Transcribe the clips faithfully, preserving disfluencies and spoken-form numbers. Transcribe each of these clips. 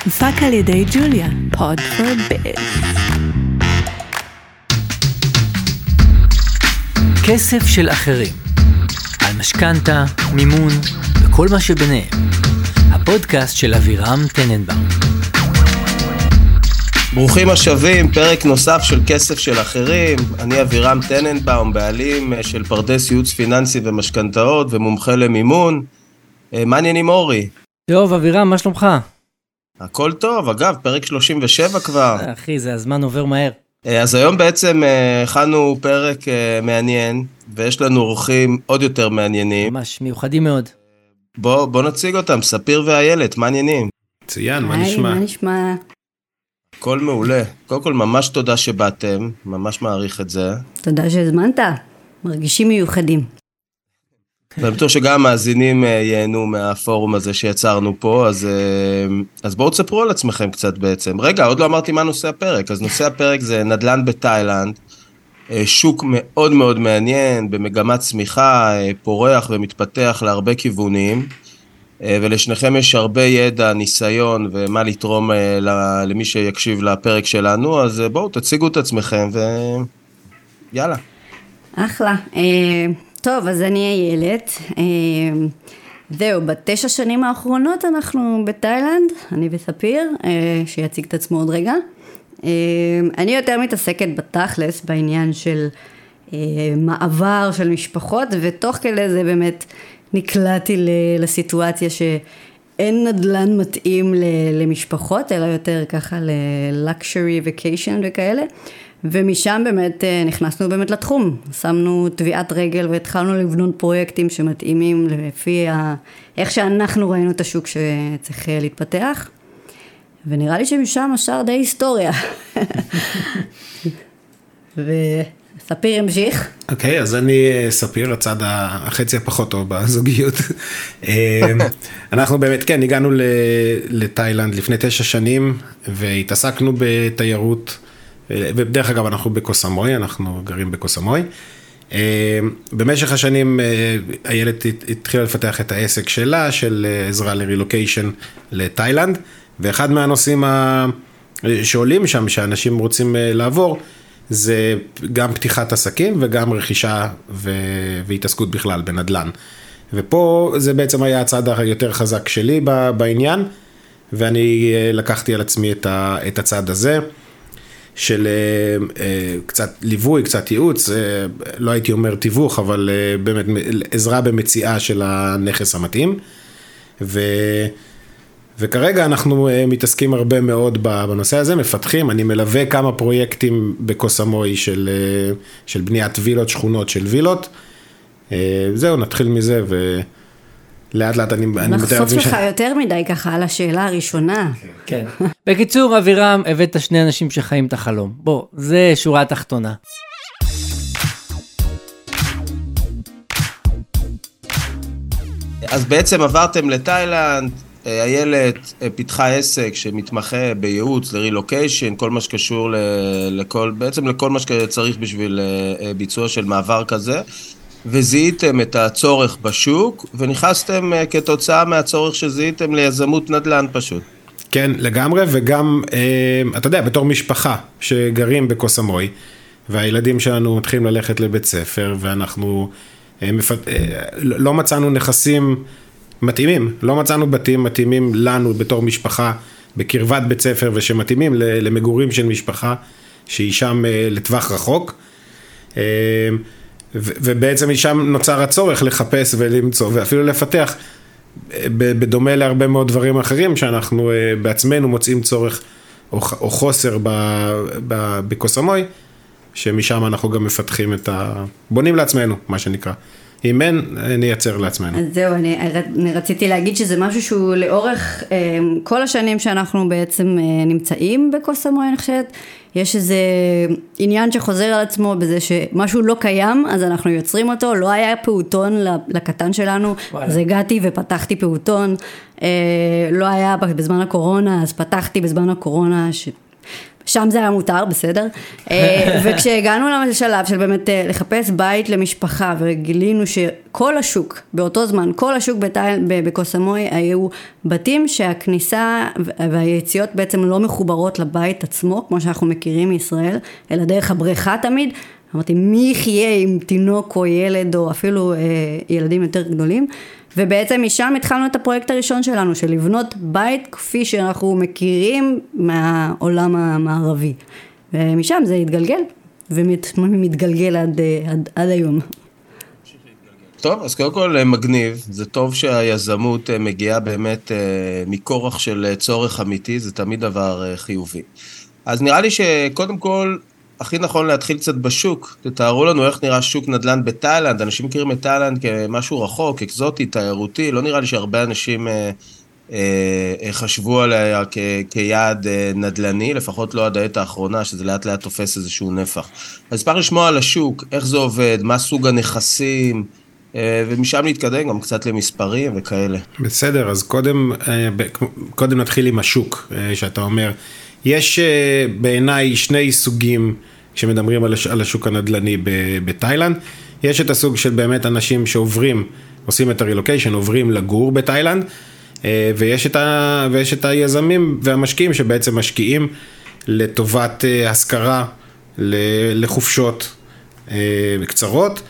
הופק על ידי ג'וליה, Pod for Biz. כסף של אחרים, על משכנתה, מימון וכל מה שביניהם. הפודקאסט של אבירם טננבאום. ברוכים השבים, פרק נוסף של כסף של אחרים. אני אבירם טננבאום, בעלים של פרדס ייעוץ פיננסי ומשכנתאות ומומחה למימון. מה העניינים אורי? טוב אבירם, מה שלומך? הכל טוב, אגב, פרק שלושים ושבע כבר. אחי, זה הזמן עובר מהר. אז היום בעצם הכנו פרק מעניין, ויש לנו אורחים עוד יותר מעניינים. ממש מיוחדים מאוד. בוא, בוא נציג אותם, ספיר ואיילת, מה העניינים? ציין, מה נשמע? היי, מה נשמע? הכל מעולה. קודם כל, ממש תודה שבאתם, ממש מעריך את זה. תודה שהזמנת, מרגישים מיוחדים. ואני בטוח שגם המאזינים ייהנו מהפורום הזה שיצרנו פה, אז, אז בואו תספרו על עצמכם קצת בעצם. רגע, עוד לא אמרתי מה נושא הפרק, אז נושא הפרק זה נדל"ן בתאילנד, שוק מאוד מאוד מעניין, במגמת צמיחה, פורח ומתפתח להרבה כיוונים, ולשניכם יש הרבה ידע, ניסיון ומה לתרום למי שיקשיב לפרק שלנו, אז בואו תציגו את עצמכם ויאללה. אחלה. טוב, אז אני איילת. זהו, בתשע שנים האחרונות אנחנו בתאילנד, אני וספיר, שיציג את עצמו עוד רגע. אני יותר מתעסקת בתכלס, בעניין של מעבר של משפחות, ותוך כדי זה באמת נקלעתי לסיטואציה שאין נדל"ן מתאים למשפחות, אלא יותר ככה ל-luxury vacation וכאלה. ומשם באמת נכנסנו באמת לתחום, שמנו טביעת רגל והתחלנו לבנות פרויקטים שמתאימים לפי ה... איך שאנחנו ראינו את השוק שצריך להתפתח, ונראה לי שמשם השאר די היסטוריה. וספיר המשיך. אוקיי, אז אני ספיר, הצד החצי הפחות טוב בזוגיות. אנחנו באמת, כן, הגענו לתאילנד לפני תשע שנים, והתעסקנו בתיירות, ובדרך אגב אנחנו בקוסמוי, אנחנו גרים בקוסמוי. במשך השנים איילת התחילה לפתח את העסק שלה, של עזרה לרילוקיישן לתאילנד, ואחד מהנושאים שעולים שם, שאנשים רוצים לעבור, זה גם פתיחת עסקים וגם רכישה והתעסקות בכלל בנדל"ן. ופה זה בעצם היה הצד היותר חזק שלי בעניין, ואני לקחתי על עצמי את הצד הזה, של קצת ליווי, קצת ייעוץ, לא הייתי אומר תיווך, אבל באמת עזרה במציאה של הנכס המתאים. ו... וכרגע אנחנו מתעסקים הרבה מאוד בנושא הזה, מפתחים, אני מלווה כמה פרויקטים בקוסמוי של, של בניית וילות, שכונות של וילות. זהו, נתחיל מזה ו... לאט לאט אני... נחשוף לך יותר מדי ככה על השאלה הראשונה. כן. בקיצור, אבירם, הבאת שני אנשים שחיים את החלום. בוא, זה שורה תחתונה. אז בעצם עברתם לתאילנד, איילת פיתחה עסק שמתמחה בייעוץ, לרילוקיישן, כל מה שקשור לכל, בעצם לכל מה שצריך בשביל ביצוע של מעבר כזה. וזיהיתם את הצורך בשוק, ונכנסתם כתוצאה מהצורך שזיהיתם ליזמות נדל"ן פשוט. כן, לגמרי, וגם, אתה יודע, בתור משפחה שגרים בקוסמוי, והילדים שלנו מתחילים ללכת לבית ספר, ואנחנו לא מצאנו נכסים מתאימים, לא מצאנו בתים מתאימים לנו בתור משפחה, בקרבת בית ספר, ושמתאימים למגורים של משפחה, שהיא שם לטווח רחוק, ובעצם משם נוצר הצורך לחפש ולמצוא, ואפילו לפתח, בדומה להרבה מאוד דברים אחרים, שאנחנו בעצמנו מוצאים צורך או חוסר בקוסמוי, שמשם אנחנו גם מפתחים את ה... בונים לעצמנו, מה שנקרא. אם אין, נייצר לעצמנו. אז זהו, אני, אני רציתי להגיד שזה משהו שהוא לאורך כל השנים שאנחנו בעצם נמצאים בקוסמוי, אני חושבת, יש איזה עניין שחוזר על עצמו בזה שמשהו לא קיים, אז אנחנו יוצרים אותו, לא היה פעוטון לקטן שלנו, אז הגעתי ופתחתי פעוטון, לא היה בזמן הקורונה, אז פתחתי בזמן הקורונה, ש... שם זה היה מותר, בסדר. וכשהגענו לשלב של באמת לחפש בית למשפחה, וגילינו שכל השוק, באותו זמן, כל השוק בקוסמוי היו בתים שהכניסה והיציאות בעצם לא מחוברות לבית עצמו, כמו שאנחנו מכירים מישראל, אלא דרך הבריכה תמיד. אמרתי, מי יחיה עם תינוק או ילד, או אפילו ילדים יותר גדולים, ובעצם משם התחלנו את הפרויקט הראשון שלנו, של לבנות בית כפי שאנחנו מכירים מהעולם המערבי. ומשם זה התגלגל, ומתגלגל עד, עד, עד היום. טוב, אז קודם כל מגניב, זה טוב שהיזמות מגיעה באמת מכורח של צורך אמיתי, זה תמיד דבר חיובי. אז נראה לי שקודם כל, הכי נכון להתחיל קצת בשוק, תתארו לנו איך נראה שוק נדל"ן בתאילנד, אנשים מכירים את תאילנד כמשהו רחוק, אקזוטי, תיירותי, לא נראה לי שהרבה אנשים אה, אה, חשבו עליה כ, כיעד אה, נדל"ני, לפחות לא עד העת האחרונה, שזה לאט לאט תופס איזשהו נפח. אז נשמח לשמוע על השוק, איך זה עובד, מה סוג הנכסים, אה, ומשם להתקדם גם קצת למספרים וכאלה. בסדר, אז קודם, אה, קודם נתחיל עם השוק, אה, שאתה אומר, יש בעיניי שני סוגים שמדברים על השוק הנדל"ני בתאילנד. יש את הסוג של באמת אנשים שעוברים, עושים את הרילוקיישן, עוברים לגור בתאילנד, ויש את, ה, ויש את היזמים והמשקיעים שבעצם משקיעים לטובת השכרה לחופשות קצרות,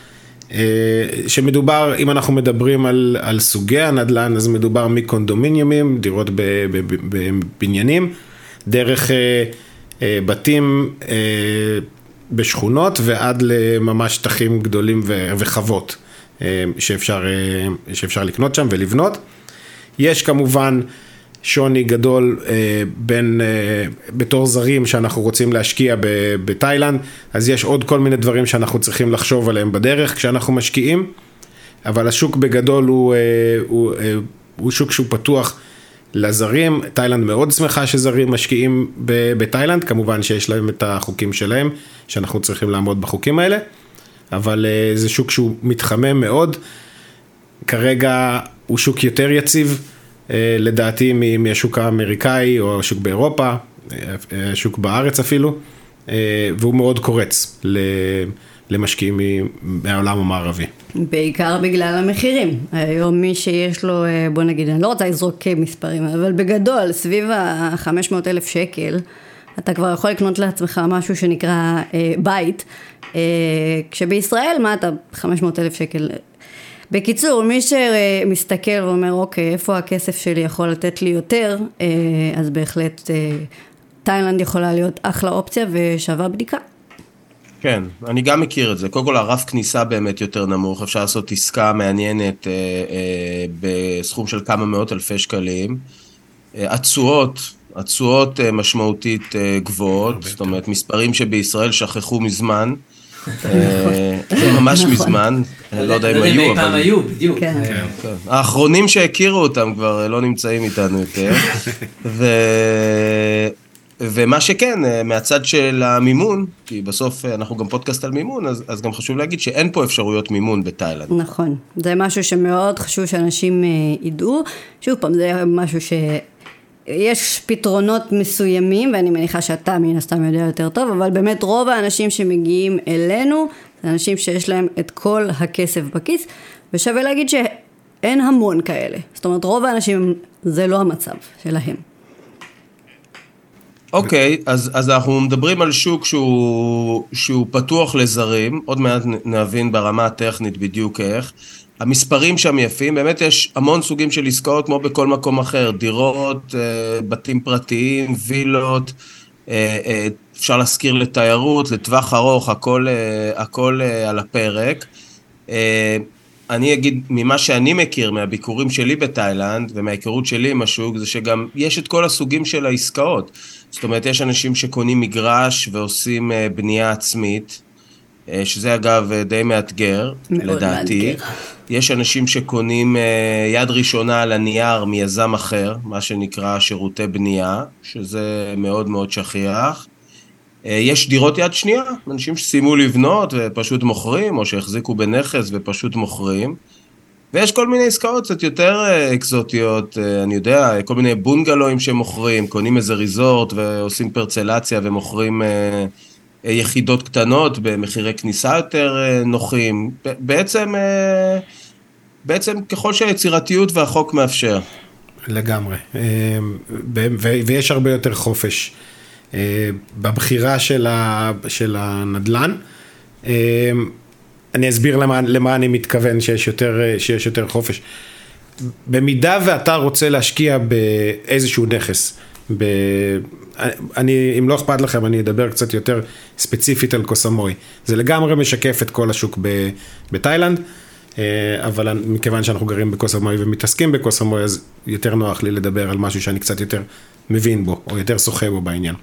שמדובר, אם אנחנו מדברים על, על סוגי הנדל"ן, אז מדובר מקונדומיניומים, דירות בבניינים, דרך אה, אה, בתים אה, בשכונות ועד לממש שטחים גדולים ו- וחוות אה, שאפשר, אה, שאפשר לקנות שם ולבנות. יש כמובן שוני גדול אה, בין, אה, בתור זרים שאנחנו רוצים להשקיע בתאילנד, אז יש עוד כל מיני דברים שאנחנו צריכים לחשוב עליהם בדרך כשאנחנו משקיעים, אבל השוק בגדול הוא, אה, הוא, אה, הוא שוק שהוא פתוח לזרים. תאילנד מאוד שמחה שזרים משקיעים בתאילנד, כמובן שיש להם את החוקים שלהם, שאנחנו צריכים לעמוד בחוקים האלה, אבל זה שוק שהוא מתחמם מאוד, כרגע הוא שוק יותר יציב, לדעתי מהשוק האמריקאי או השוק באירופה, השוק בארץ אפילו, והוא מאוד קורץ למשקיעים מהעולם המערבי. בעיקר בגלל המחירים. היום מי שיש לו, בוא נגיד, אני לא רוצה לזרוק מספרים, אבל בגדול, סביב ה-חמש מאות אלף שקל, אתה כבר יכול לקנות לעצמך משהו שנקרא אה, בית, אה, כשבישראל, מה אתה, חמש מאות אלף שקל? בקיצור, מי שמסתכל ואומר, אוקיי, איפה הכסף שלי יכול לתת לי יותר, אה, אז בהחלט אה, תאילנד יכולה להיות אחלה אופציה ושווה בדיקה. כן, אני גם מכיר את זה. קודם כל, הרף כניסה באמת יותר נמוך. אפשר לעשות עסקה מעניינת אה, אה, בסכום של כמה מאות אלפי שקלים. אה, התשואות, התשואות אה, משמעותית אה, גבוהות, זאת אומרת, מספרים שבישראל שכחו מזמן. אה, ממש מזמן, לא יודע אם היו, אבל... פעם היו, בדיוק. האחרונים שהכירו אותם כבר לא נמצאים איתנו יותר. ו... ומה שכן, מהצד של המימון, כי בסוף אנחנו גם פודקאסט על מימון, אז, אז גם חשוב להגיד שאין פה אפשרויות מימון בתאילנד. נכון, זה משהו שמאוד חשוב שאנשים ידעו. שוב פעם, זה משהו שיש פתרונות מסוימים, ואני מניחה שאתה מן הסתם יודע יותר טוב, אבל באמת רוב האנשים שמגיעים אלינו, זה אנשים שיש להם את כל הכסף בכיס, ושווה להגיד שאין המון כאלה. זאת אומרת, רוב האנשים זה לא המצב שלהם. אוקיי, okay, אז, אז אנחנו מדברים על שוק שהוא, שהוא פתוח לזרים, עוד מעט נבין ברמה הטכנית בדיוק איך. המספרים שם יפים, באמת יש המון סוגים של עסקאות כמו בכל מקום אחר, דירות, בתים פרטיים, וילות, אפשר להזכיר לתיירות, לטווח ארוך, הכל, הכל על הפרק. אני אגיד, ממה שאני מכיר, מהביקורים שלי בתאילנד, ומההיכרות שלי עם השוק, זה שגם יש את כל הסוגים של העסקאות. זאת אומרת, יש אנשים שקונים מגרש ועושים בנייה עצמית, שזה אגב די מאתגר, לדעתי. מאתגר. יש אנשים שקונים יד ראשונה על הנייר מיזם אחר, מה שנקרא שירותי בנייה, שזה מאוד מאוד שכיח. יש דירות יד שנייה, אנשים שסיימו לבנות ופשוט מוכרים, או שהחזיקו בנכס ופשוט מוכרים. ויש כל מיני עסקאות קצת יותר אקזוטיות, אני יודע, כל מיני בונגלואים שמוכרים, קונים איזה ריזורט ועושים פרצלציה ומוכרים יחידות קטנות במחירי כניסה יותר נוחים. בעצם, בעצם ככל שהיצירתיות והחוק מאפשר. לגמרי. ויש הרבה יותר חופש בבחירה של הנדל"ן. אני אסביר למה, למה אני מתכוון שיש יותר, שיש יותר חופש. במידה ואתה רוצה להשקיע באיזשהו נכס, ב... אני, אם לא אכפת לכם, אני אדבר קצת יותר ספציפית על קוסמוי. זה לגמרי משקף את כל השוק ב... בתאילנד, אבל מכיוון שאנחנו גרים בקוסמוי ומתעסקים בקוסמוי, אז יותר נוח לי לדבר על משהו שאני קצת יותר מבין בו, או יותר שוחה בו בעניין.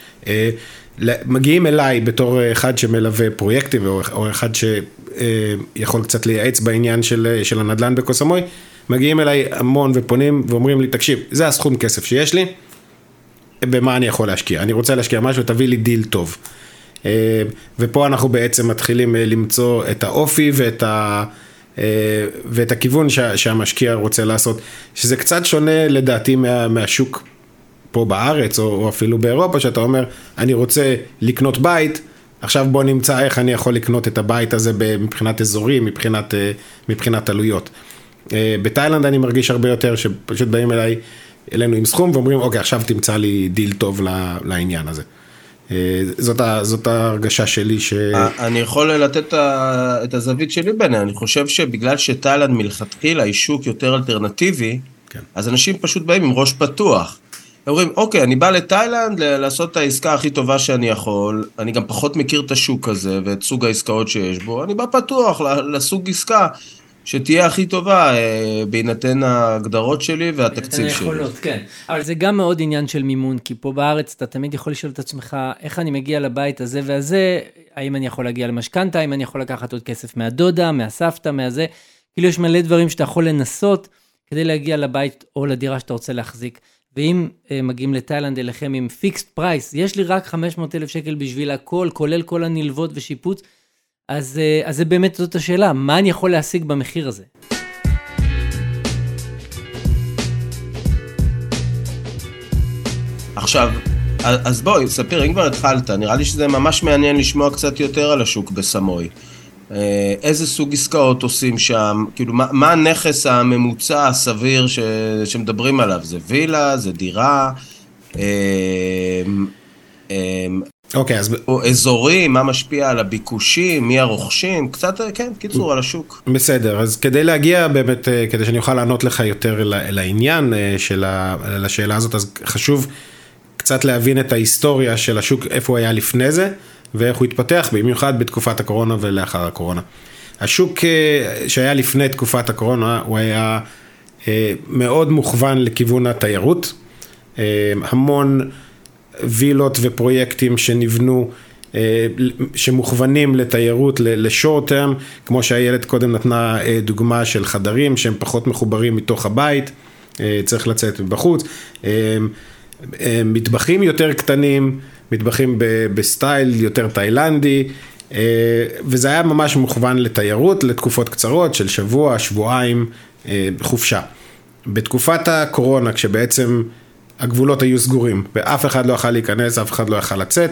מגיעים אליי בתור אחד שמלווה פרויקטים, או אחד שיכול קצת לייעץ בעניין של, של הנדל"ן בקוסמוי, מגיעים אליי המון ופונים ואומרים לי, תקשיב, זה הסכום כסף שיש לי, במה אני יכול להשקיע? אני רוצה להשקיע משהו, תביא לי דיל טוב. ופה אנחנו בעצם מתחילים למצוא את האופי ואת, ה, ואת הכיוון שהמשקיע רוצה לעשות, שזה קצת שונה לדעתי מה, מהשוק פה בארץ, או אפילו באירופה, שאתה אומר, אני רוצה לקנות בית, עכשיו בוא נמצא איך אני יכול לקנות את הבית הזה מבחינת אזורים, מבחינת, מבחינת עלויות. בתאילנד אני מרגיש הרבה יותר שפשוט באים אליי, אלינו עם סכום, ואומרים, אוקיי, עכשיו תמצא לי דיל טוב לעניין הזה. זאת, זאת ההרגשה שלי ש... אני יכול לתת את הזווית שלי ביניהם, אני חושב שבגלל שתאילנד מלכתחילה היא שוק יותר אלטרנטיבי, כן. אז אנשים פשוט באים עם ראש פתוח. אומרים, אוקיי, אני בא לתאילנד לעשות את העסקה הכי טובה שאני יכול, אני גם פחות מכיר את השוק הזה ואת סוג העסקאות שיש בו, אני בא פתוח לסוג עסקה שתהיה הכי טובה בהינתן ההגדרות שלי והתקציב שלי. יכולות, כן. אבל זה גם מאוד עניין של מימון, כי פה בארץ אתה תמיד יכול לשאול את עצמך, איך אני מגיע לבית הזה והזה, האם אני יכול להגיע למשכנתה, האם אני יכול לקחת עוד כסף מהדודה, מהסבתא, מהזה, כאילו יש מלא דברים שאתה יכול לנסות כדי להגיע לבית או לדירה שאתה רוצה להחזיק. ואם אה, מגיעים לתאילנד אליכם עם פיקסט פרייס, יש לי רק חמש מאות אלף שקל בשביל הכל, כולל כל הנלוות ושיפוץ, אז, אה, אז זה באמת זאת השאלה, מה אני יכול להשיג במחיר הזה? עכשיו, אז בואי, ספיר, אם כבר התחלת, נראה לי שזה ממש מעניין לשמוע קצת יותר על השוק בסמוי. איזה סוג עסקאות עושים שם, כאילו מה, מה הנכס הממוצע הסביר ש, שמדברים עליו, זה וילה, זה דירה, אוקיי, אז... או אזורים, מה משפיע על הביקושים, מי הרוכשים, קצת, כן, קיצור, על השוק. בסדר, אז כדי להגיע באמת, כדי שאני אוכל לענות לך יותר לעניין של השאלה הזאת, אז חשוב קצת להבין את ההיסטוריה של השוק, איפה הוא היה לפני זה, ואיך הוא התפתח, במיוחד בתקופת הקורונה ולאחר הקורונה. השוק שהיה לפני תקופת הקורונה, הוא היה מאוד מוכוון לכיוון התיירות, המון וילות ופרויקטים שנבנו, שמוכוונים לתיירות, לשורט טרם, כמו שהילד קודם נתנה דוגמה של חדרים, שהם פחות מחוברים מתוך הבית, צריך לצאת בחוץ, מטבחים יותר קטנים, מטבחים בסטייל יותר תאילנדי, וזה היה ממש מוכוון לתיירות, לתקופות קצרות של שבוע, שבועיים, חופשה. בתקופת הקורונה, כשבעצם הגבולות היו סגורים, ואף אחד לא יכל להיכנס, אף אחד לא יכל לצאת,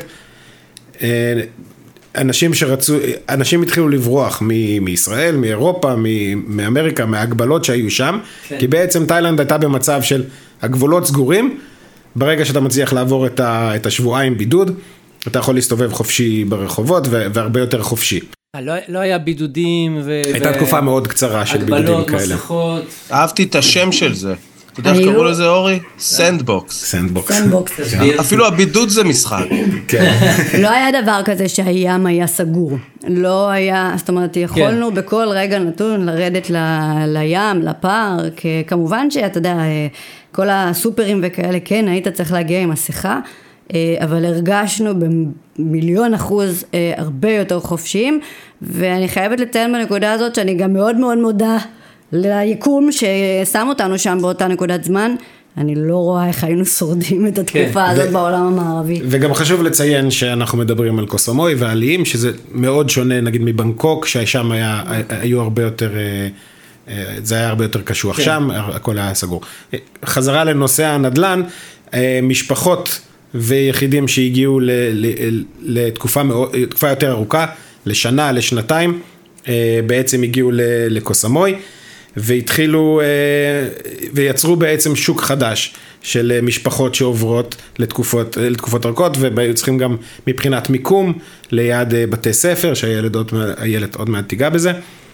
אנשים שרצו, אנשים התחילו לברוח מ- מישראל, מאירופה, מ- מאמריקה, מההגבלות שהיו שם, כן. כי בעצם תאילנד הייתה במצב של הגבולות סגורים, ברגע שאתה מצליח לעבור את, ה- את השבועיים בידוד, אתה יכול להסתובב חופשי ברחובות, ו- והרבה יותר חופשי. לא, לא היה בידודים ו... הייתה ו... תקופה מאוד קצרה של בידודים כאלה. הגבלות, מסכות. אהבתי את השם של זה. אתה יודע איך קראו לזה, אורי? סנדבוקס. סנדבוקס. אפילו הבידוד זה משחק. לא היה דבר כזה שהים היה סגור. לא היה, זאת אומרת, יכולנו בכל רגע נתון לרדת לים, לפארק. כמובן שאתה יודע, כל הסופרים וכאלה, כן, היית צריך להגיע עם מסכה, אבל הרגשנו במיליון אחוז הרבה יותר חופשיים, ואני חייבת לציין בנקודה הזאת שאני גם מאוד מאוד מודה ליקום ששם אותנו שם באותה נקודת זמן. אני לא רואה איך היינו שורדים את התקופה הזאת בעולם המערבי. וגם חשוב לציין שאנחנו מדברים על קוסמוי ועליים, שזה מאוד שונה נגיד מבנקוק, ששם היו הרבה יותר זה היה הרבה יותר קשוח שם, הכל היה סגור. חזרה לנושא הנדל"ן, משפחות ויחידים שהגיעו לתקופה יותר ארוכה, לשנה, לשנתיים, בעצם הגיעו לקוסמוי, והתחילו, ויצרו בעצם שוק חדש של משפחות שעוברות לתקופות, לתקופות ארוכות, והיו צריכים גם מבחינת מיקום, ליד בתי ספר, שהילד עוד, הילד עוד מעט תיגע בזה.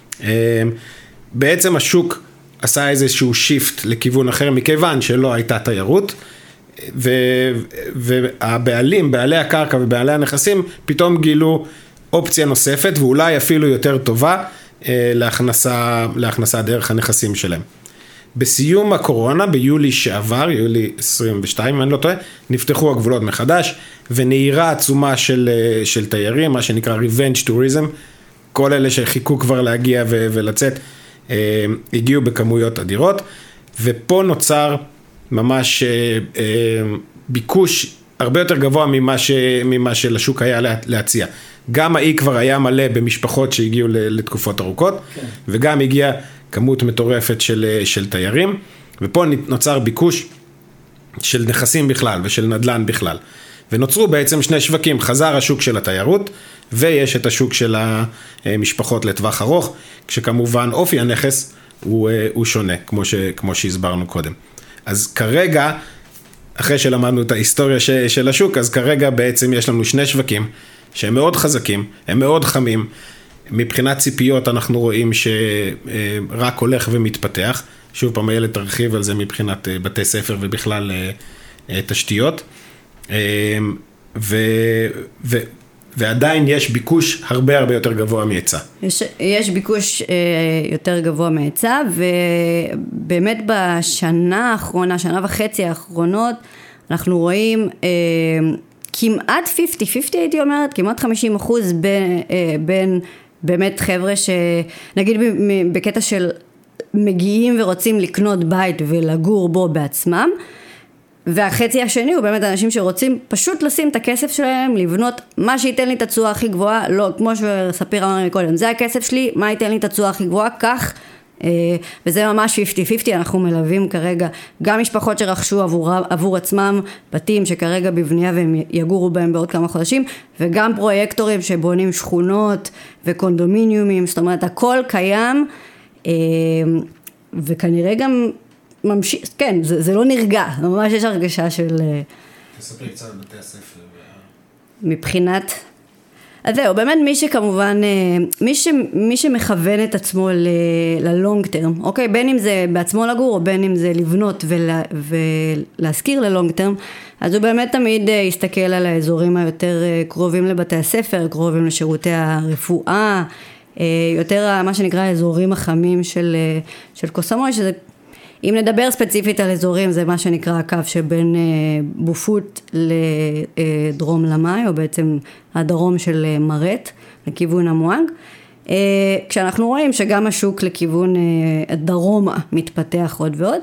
בעצם השוק עשה איזשהו שיפט לכיוון אחר, מכיוון שלא הייתה תיירות, והבעלים, בעלי הקרקע ובעלי הנכסים, פתאום גילו אופציה נוספת, ואולי אפילו יותר טובה, להכנסה, להכנסה דרך הנכסים שלהם. בסיום הקורונה, ביולי שעבר, יולי עשרים ושתיים, אם אני לא טועה, נפתחו הגבולות מחדש, ונהירה עצומה של, של תיירים, מה שנקרא revenge tourism, כל אלה שחיכו כבר להגיע ו- ולצאת, הגיעו בכמויות אדירות, ופה נוצר ממש ביקוש הרבה יותר גבוה ממה, ש, ממה שלשוק היה להציע. גם האי כבר היה מלא במשפחות שהגיעו לתקופות ארוכות, כן. וגם הגיעה כמות מטורפת של, של תיירים, ופה נוצר ביקוש של נכסים בכלל ושל נדל"ן בכלל. ונוצרו בעצם שני שווקים, חזר השוק של התיירות, ויש את השוק של המשפחות לטווח ארוך, כשכמובן אופי הנכס הוא, הוא שונה, כמו, ש, כמו שהסברנו קודם. אז כרגע, אחרי שלמדנו את ההיסטוריה ש, של השוק, אז כרגע בעצם יש לנו שני שווקים, שהם מאוד חזקים, הם מאוד חמים, מבחינת ציפיות אנחנו רואים שרק הולך ומתפתח, שוב פעם הילד תרחיב על זה מבחינת בתי ספר ובכלל תשתיות, ו, ו, ועדיין יש ביקוש הרבה הרבה יותר גבוה מהיצע. יש, יש ביקוש יותר גבוה מהיצע, ובאמת בשנה האחרונה, שנה וחצי האחרונות, אנחנו רואים כמעט חמישים חמישים הייתי אומרת, כמעט חמישים אחוז בין, בין באמת חבר'ה שנגיד בקטע של מגיעים ורוצים לקנות בית ולגור בו בעצמם, והחצי השני הוא באמת אנשים שרוצים פשוט לשים את הכסף שלהם, לבנות מה שייתן לי את התשואה הכי גבוהה, לא, כמו שספיר אמר קודם, זה הכסף שלי, מה ייתן לי את התשואה הכי גבוהה, כך, וזה ממש חמישים חמישים, אנחנו מלווים כרגע גם משפחות שרכשו עבור, עבור עצמם בתים שכרגע בבנייה והם יגורו בהם בעוד כמה חודשים, וגם פרויקטורים שבונים שכונות וקונדומיניומים, זאת אומרת הכל קיים, וכנראה גם ממשיך, כן, זה, זה לא נרגע, ממש יש הרגשה של... תספרי קצת על בתי הספר. מבחינת... אז זהו, באמת מי שכמובן, מי, ש, מי שמכוון את עצמו ללונג טרם, אוקיי? בין אם זה בעצמו לגור, או בין אם זה לבנות ולה, ולהזכיר ללונג טרם, אז הוא באמת תמיד יסתכל על האזורים היותר קרובים לבתי הספר, קרובים לשירותי הרפואה, יותר מה שנקרא האזורים החמים של, של קוסמוי, שזה... אם נדבר ספציפית על אזורים, זה מה שנקרא הקו שבין בופוט לדרום למאי, או בעצם הדרום של מרט, לכיוון המואג. כשאנחנו רואים שגם השוק לכיוון הדרומה מתפתח עוד ועוד,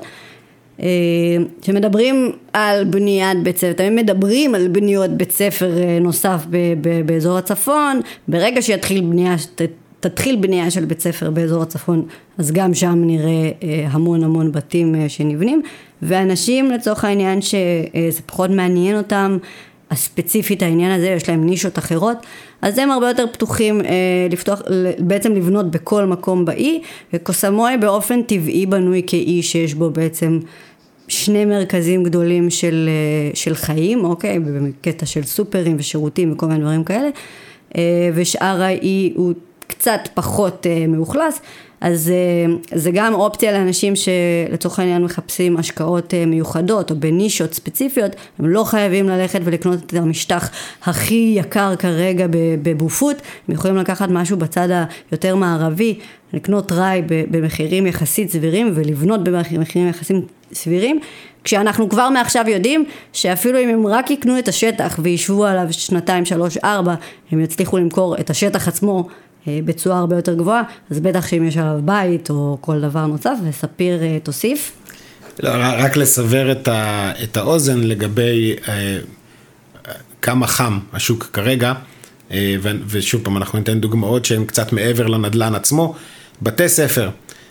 שמדברים על בניית בית ספר, תמיד מדברים על בניות בית ספר נוסף באזור הצפון, ברגע שיתחיל בנייה, תתחיל בנייה של בית ספר באזור הצפון, אז גם שם נראה המון המון בתים שנבנים, ואנשים לצורך העניין שזה פחות מעניין אותם, הספציפית העניין הזה, יש להם נישות אחרות, אז הם הרבה יותר פתוחים לפתוח, בעצם לבנות בכל מקום באי, וקוסמוי באופן טבעי בנוי כאי שיש בו בעצם שני מרכזים גדולים של, של חיים, אוקיי, בקטע של סופרים ושירותים וכל מיני דברים כאלה, ושאר האי הוא קצת פחות מאוכלס, אז זה גם אופציה לאנשים שלצורך העניין מחפשים השקעות מיוחדות או בנישות ספציפיות, הם לא חייבים ללכת ולקנות את המשטח הכי יקר כרגע בבופות, הם יכולים לקחת משהו בצד היותר מערבי, לקנות ראי במחירים יחסית סבירים ולבנות במחירים יחסית סבירים, כשאנחנו כבר מעכשיו יודעים שאפילו אם הם רק יקנו את השטח וישבו עליו שנתיים, שלוש, ארבע, הם יצליחו למכור את השטח עצמו בצורה הרבה יותר גבוהה, אז בטח שאם יש עליו בית או כל דבר נוסף, וספיר תוסיף. לא, רק לסבר את, ה, את האוזן לגבי אה, כמה חם השוק כרגע, אה, ו, ושוב פעם אנחנו ניתן דוגמאות שהן קצת מעבר לנדלן עצמו, בתי ספר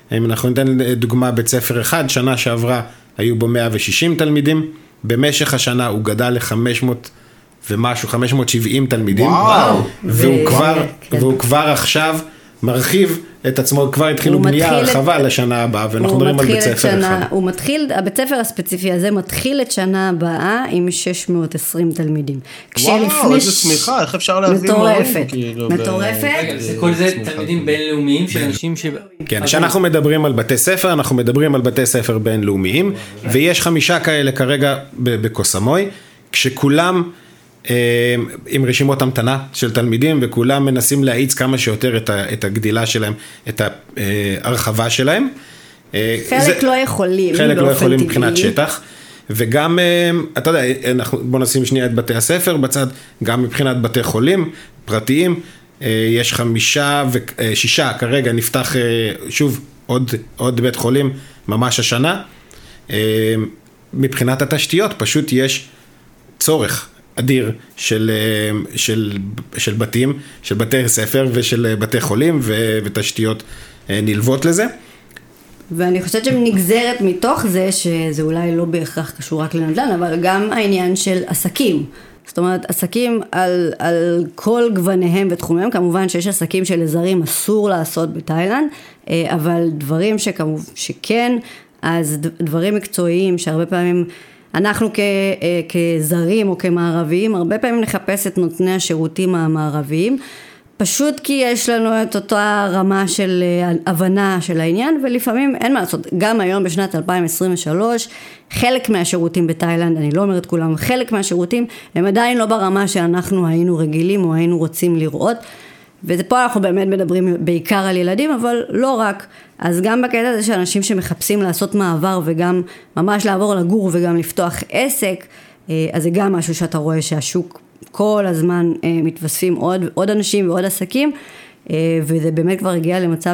אם אנחנו ניתן דוגמה, בית ספר אחד, שנה שעברה היו בו מאה ושישים תלמידים, במשך השנה הוא גדל ל-חמש מאות ומשהו, חמש מאות שבעים תלמידים. וואו. והוא, ו- כבר, כן. והוא כבר עכשיו מרחיב את עצמו, כבר התחילו הוא בנייה מתחיל הרחבה את- לשנה הבאה, ואנחנו הוא מדברים על מתחיל בית את ספר שנה- אחד. הוא מתחיל, הבית ספר הספציפי הזה מתחיל את שנה הבאה עם שש מאות ועשרים תלמידים. וואו, כשלפני איזה ש- צמיחה, איך אפשר להביא מורים? מטורפת, כאילו, ב- מטורפת. רגע, זה כל זה צמיחה תלמידים כזאת. בינלאומיים של אנשים ש... כן, כשאנחנו מדברים על בתי ספר, אנחנו מדברים על בתי ספר בינלאומיים, ויש חמישה כאלה כרגע ב- בקוסמוי, כשכולם אה, עם רשימות המתנה של תלמידים, וכולם מנסים להאיץ כמה שיותר את ה- את הגדילה שלהם, את ההרחבה שלהם. אה, חלק זה- לא יכולים חלק לא באופן יכולים טבעי. מבחינת שטח, וגם, אה, אתה יודע, אנחנו, בוא נשים שנייה את בתי הספר בצד, גם מבחינת בתי חולים פרטיים, אה, יש חמישה ושישה, כרגע נפתח אה, שוב עוד, עוד בית חולים ממש השנה. אה, מבחינת התשתיות, פשוט יש צורך אדיר של, אה, של, של בתים, של בתי ספר ושל אה, בתי חולים ו, ותשתיות אה, נלוות לזה. ואני חושבת שנגזרת מתוך זה, שזה אולי לא בהכרח קשור רק לנדל"ן, אבל גם העניין של עסקים. זאת אומרת, עסקים על, על כל גווניהם ותחומיהם, כמובן שיש עסקים שלזרים אסור לעשות בתאילנד, אבל דברים שכמובן, שכן, אז דברים מקצועיים שהרבה פעמים אנחנו כ, כזרים או כמערביים, הרבה פעמים נחפש את נותני השירותים המערביים, פשוט כי יש לנו את אותה רמה של הבנה של העניין, ולפעמים אין מה לעשות. גם היום בשנת אלפיים עשרים ושלוש, חלק מהשירותים בתאילנד, אני לא אומרת כולם, חלק מהשירותים הם עדיין לא ברמה שאנחנו היינו רגילים או היינו רוצים לראות, ופה אנחנו באמת מדברים בעיקר על ילדים, אבל לא רק. אז גם בקטע הזה שאנשים שמחפשים לעשות מעבר וגם ממש לעבור לגור וגם לפתוח עסק, אז זה גם משהו שאתה רואה שהשוק כל הזמן אה, מתווספים עוד, עוד אנשים ועוד עסקים, אה, וזה באמת כבר הגיע למצב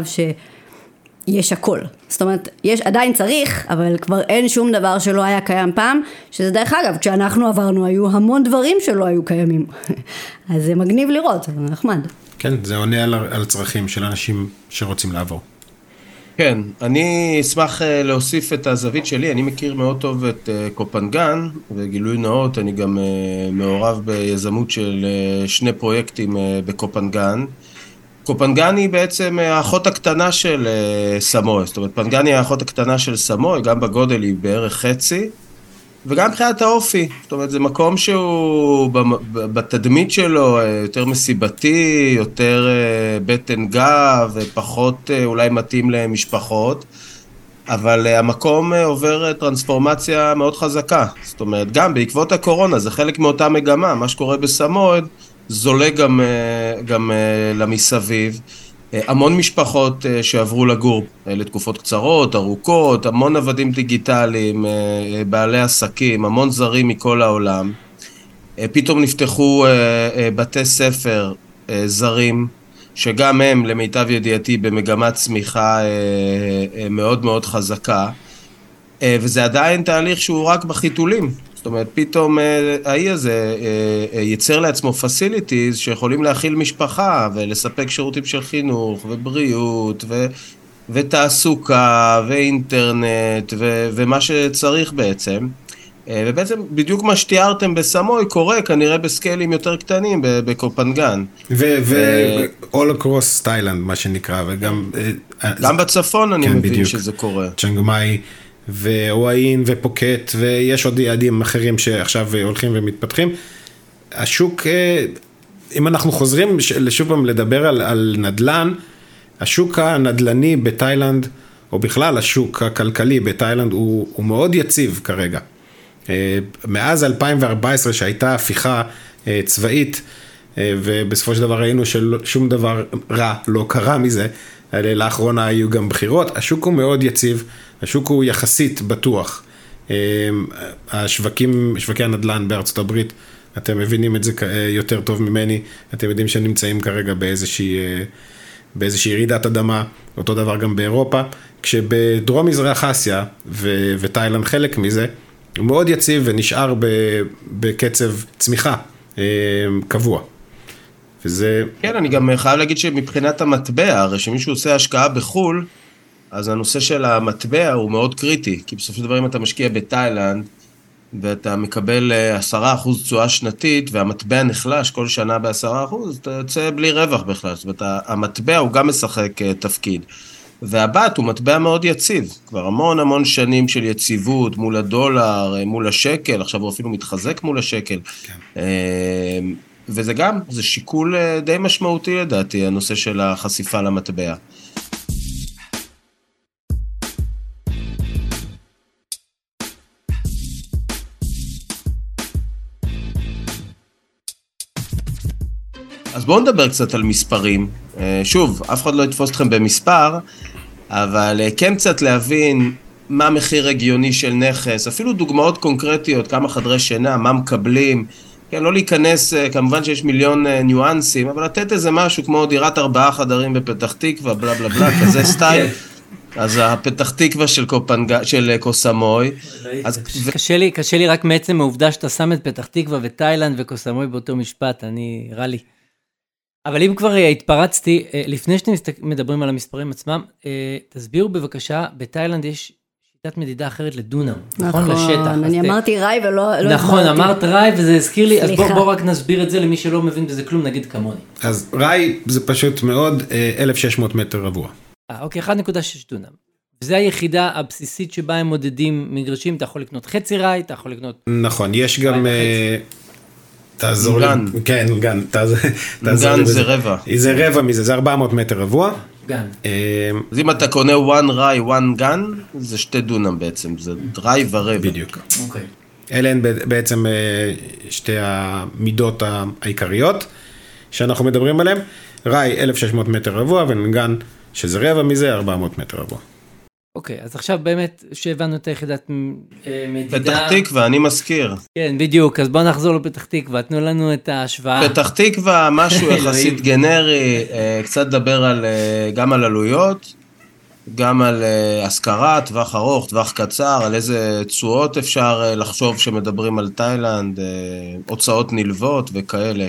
שיש הכל. זאת אומרת, יש, עדיין צריך, אבל כבר אין שום דבר שלא היה קיים פעם, שזה דרך אגב, כשאנחנו עברנו היו המון דברים שלא היו קיימים. אז זה מגניב לראות, זה נחמד. כן, זה עונה על, על צרכים של אנשים שרוצים לעבור. כן, אני אשמח uh, להוסיף את הזווית שלי, אני מכיר מאוד טוב את uh, קופנגן, וגילוי נאות, אני גם uh, מעורב ביזמות של uh, שני פרויקטים uh, בקופנגן. קופנגן היא בעצם האחות הקטנה של uh, סמוי, זאת אומרת, פנגן היא האחות הקטנה של סמוי, גם בגודל היא בערך חצי, וגם מבחינת האופי, זאת אומרת, זה מקום שהוא בתדמית שלו יותר מסיבתי, יותר בטן גב, ופחות אולי מתאים למשפחות, אבל המקום עובר טרנספורמציה מאוד חזקה, זאת אומרת, גם בעקבות הקורונה, זה חלק מאותה מגמה, מה שקורה בסמואד, זולה גם, גם למסביב, המון משפחות שעברו לגור לתקופות קצרות, ארוכות, המון עבדים דיגיטליים, בעלי עסקים, המון זרים מכל העולם. פתאום נפתחו בתי ספר זרים, שגם הם, למיטב ידיעתי, במגמת צמיחה מאוד מאוד חזקה, וזה עדיין תהליך שהוא רק בחיתולים. זאת אומרת, פתאום האי הזה ייצר לעצמו פסיליטיז שיכולים להכיל משפחה ולספק שירותים של חינוך ובריאות ו... ותעסוקה ואינטרנט ו... ומה שצריך בעצם. ובעצם בדיוק מה שתיארתם בסמוי קורה כנראה בסקיילים יותר קטנים בקופנגן. ו-all across תאילנד מה שנקרא, וגם... גם בצפון אני מבין שזה קורה. צ'נגמאי. והוואין ופוקט, ויש עוד יעדים אחרים שעכשיו הולכים ומתפתחים. השוק, אם אנחנו חוזרים לשוב פעם לדבר על, על נדל"ן, השוק הנדל"ני בתאילנד, או בכלל השוק הכלכלי בתאילנד, הוא, הוא מאוד יציב כרגע. מאז אלפיים וארבע עשרה שהייתה הפיכה צבאית, ובסופו של דבר ראינו ששום דבר רע לא קרה מזה, לאחרונה היו גם בחירות, השוק הוא מאוד יציב, השוק הוא יחסית בטוח. השווקים, שווקי הנדל"ן בארצות הברית, אתם מבינים את זה יותר טוב ממני, אתם יודעים שנמצאים כרגע באיזושהי, באיזושהי ירידת אדמה, אותו דבר גם באירופה, כשבדרום מזרח אסיה ו- ותאילנד חלק מזה, הוא מאוד יציב ונשאר בקצב צמיחה קבוע. וזה... כן, אני גם חייב להגיד שמבחינת המטבע, הרי שמישהו עושה השקעה בחול, אז הנושא של המטבע הוא מאוד קריטי, כי בסופו של דבר אם אתה משקיע בתאילנד, ואתה מקבל עשרה אחוז תשואה שנתית, והמטבע נחלש כל שנה בעשרה אחוז, אתה יוצא בלי רווח בכלל. זאת אומרת, המטבע הוא גם משחק תפקיד. והבת הוא מטבע מאוד יציב, כבר המון המון שנים של יציבות מול הדולר, מול השקל, עכשיו הוא אפילו מתחזק מול השקל. כן. וזה גם, זה שיקול די משמעותי לדעתי, הנושא של החשיפה למטבע. אז בואו נדבר קצת על מספרים. שוב, אף אחד לא יתפוס אתכם במספר, אבל כן קצת להבין מה מחיר הגיוני של נכס, אפילו דוגמאות קונקרטיות, כמה חדרי שינה, מה מקבלים, כן, לא להיכנס, כמובן שיש מיליון ניואנסים, אבל לתת איזה משהו כמו דירת ארבעה חדרים בפתח תקווה, בלה בלה בלה, כזה סטייל. אז הפתח תקווה של קופנג... של קוסמוי. אז... קשה לי, קשה לי רק מעצם העובדה שאתה שם את פתח תקווה ותאילנד וקוסמוי באותו משפט, אני, רע לי. אבל אם כבר התפרצתי, לפני שאתם מדברים על המספרים עצמם, תסבירו בבקשה, בתאילנד יש שיטת מדידה אחרת לדונם, נכון? לשטח. אני אמרתי ראי ולא... נכון, אמרת ראי וזה הזכיר לי, אז בואו רק נסביר את זה למי שלא מבין בזה כלום, נגיד כמוני. אז ראי זה פשוט מאוד אלף ושש מאות מטר רבוע. אה, אוקיי, אחת נקודה שש דונם. וזו היחידה הבסיסית שבה הם מודדים מגרשים, אתה יכול לקנות חצי ראי, אתה יכול לקנות... נכון, יש גם... תעזור לי. גן. כן, גן. גן זה רבע. זה רבע מזה, זה ארבע מאות מטר רבוע. גן. אז אם אתה קונה one ראי, one גן, זה שתי דונם בעצם, זה ראי ורבע. בדיוק. אוקיי. אלה הן בעצם שתי המידות העיקריות שאנחנו מדברים עליהן. ראי אלף ושש מאות מטר רבוע, וגן שזה רבע מזה, ארבע מאות מטר רבוע. אוקיי, אז עכשיו באמת שהבנו את היחידת מדידה... פתח תקווה, אני מזכיר. כן, בדיוק, אז בואו נחזור לפתח תקווה, תנו לנו את ההשוואה. פתח תקווה, משהו יחסית גנרי, קצת לדבר על, גם על עלויות, גם על השכרה, טווח ארוך, טווח קצר, על איזה תשואות אפשר לחשוב שמדברים על תאילנד, הוצאות נלוות וכאלה.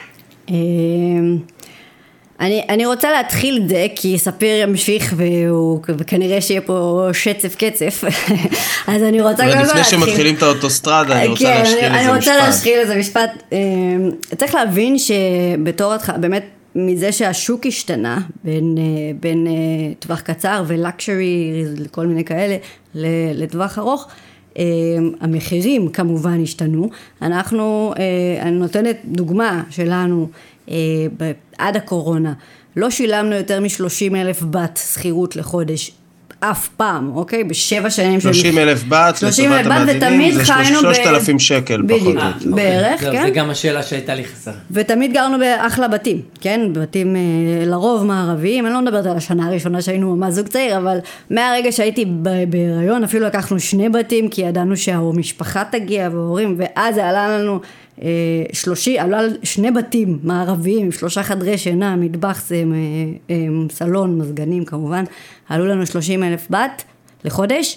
אני, אני רוצה להתחיל את זה, כי ספיר ימשיך והוא, וכנראה שיהיה פה שצף קצף, אז אני רוצה גם להתחיל. ולפני שמתחילים את האוטוסטרדה, אני רוצה כן, להשחיל אני, איזה אני משפט. רוצה להשחיל איזה משפט. צריך להבין שבתור, באמת, מזה שהשוק השתנה, בין, בין טווח קצר ולקשרי, כל מיני כאלה, לטווח ארוך, המחירים כמובן השתנו. אנחנו, אני נותנת דוגמה שלנו, עד הקורונה, לא שילמנו יותר מ-שלושים אלף בת שכירות לחודש, אף פעם, אוקיי? בשבע שנים... שלושים אלף בת, לטובת המאזינים, זה שלושת אלפים שקל פחות. בערך, כן? זה גם השאלה שהייתה לי חסרה. ותמיד גרנו באחלה בתים, כן? בתים לרוב מערביים, אני לא מדברת על השנה הראשונה שהיינו ממש זוג צעיר, אבל מהרגע שהייתי בהיריון, אפילו לקחנו שני בתים, כי ידענו שהמשפחה תגיע וההורים, ואז זה עלה לנו... שלושי, עלו על שני בתים מערביים, עם שלושה חדרי שינה, מטבח, זה סלון, מזגנים כמובן, עלו לנו שלושים אלף בת לחודש,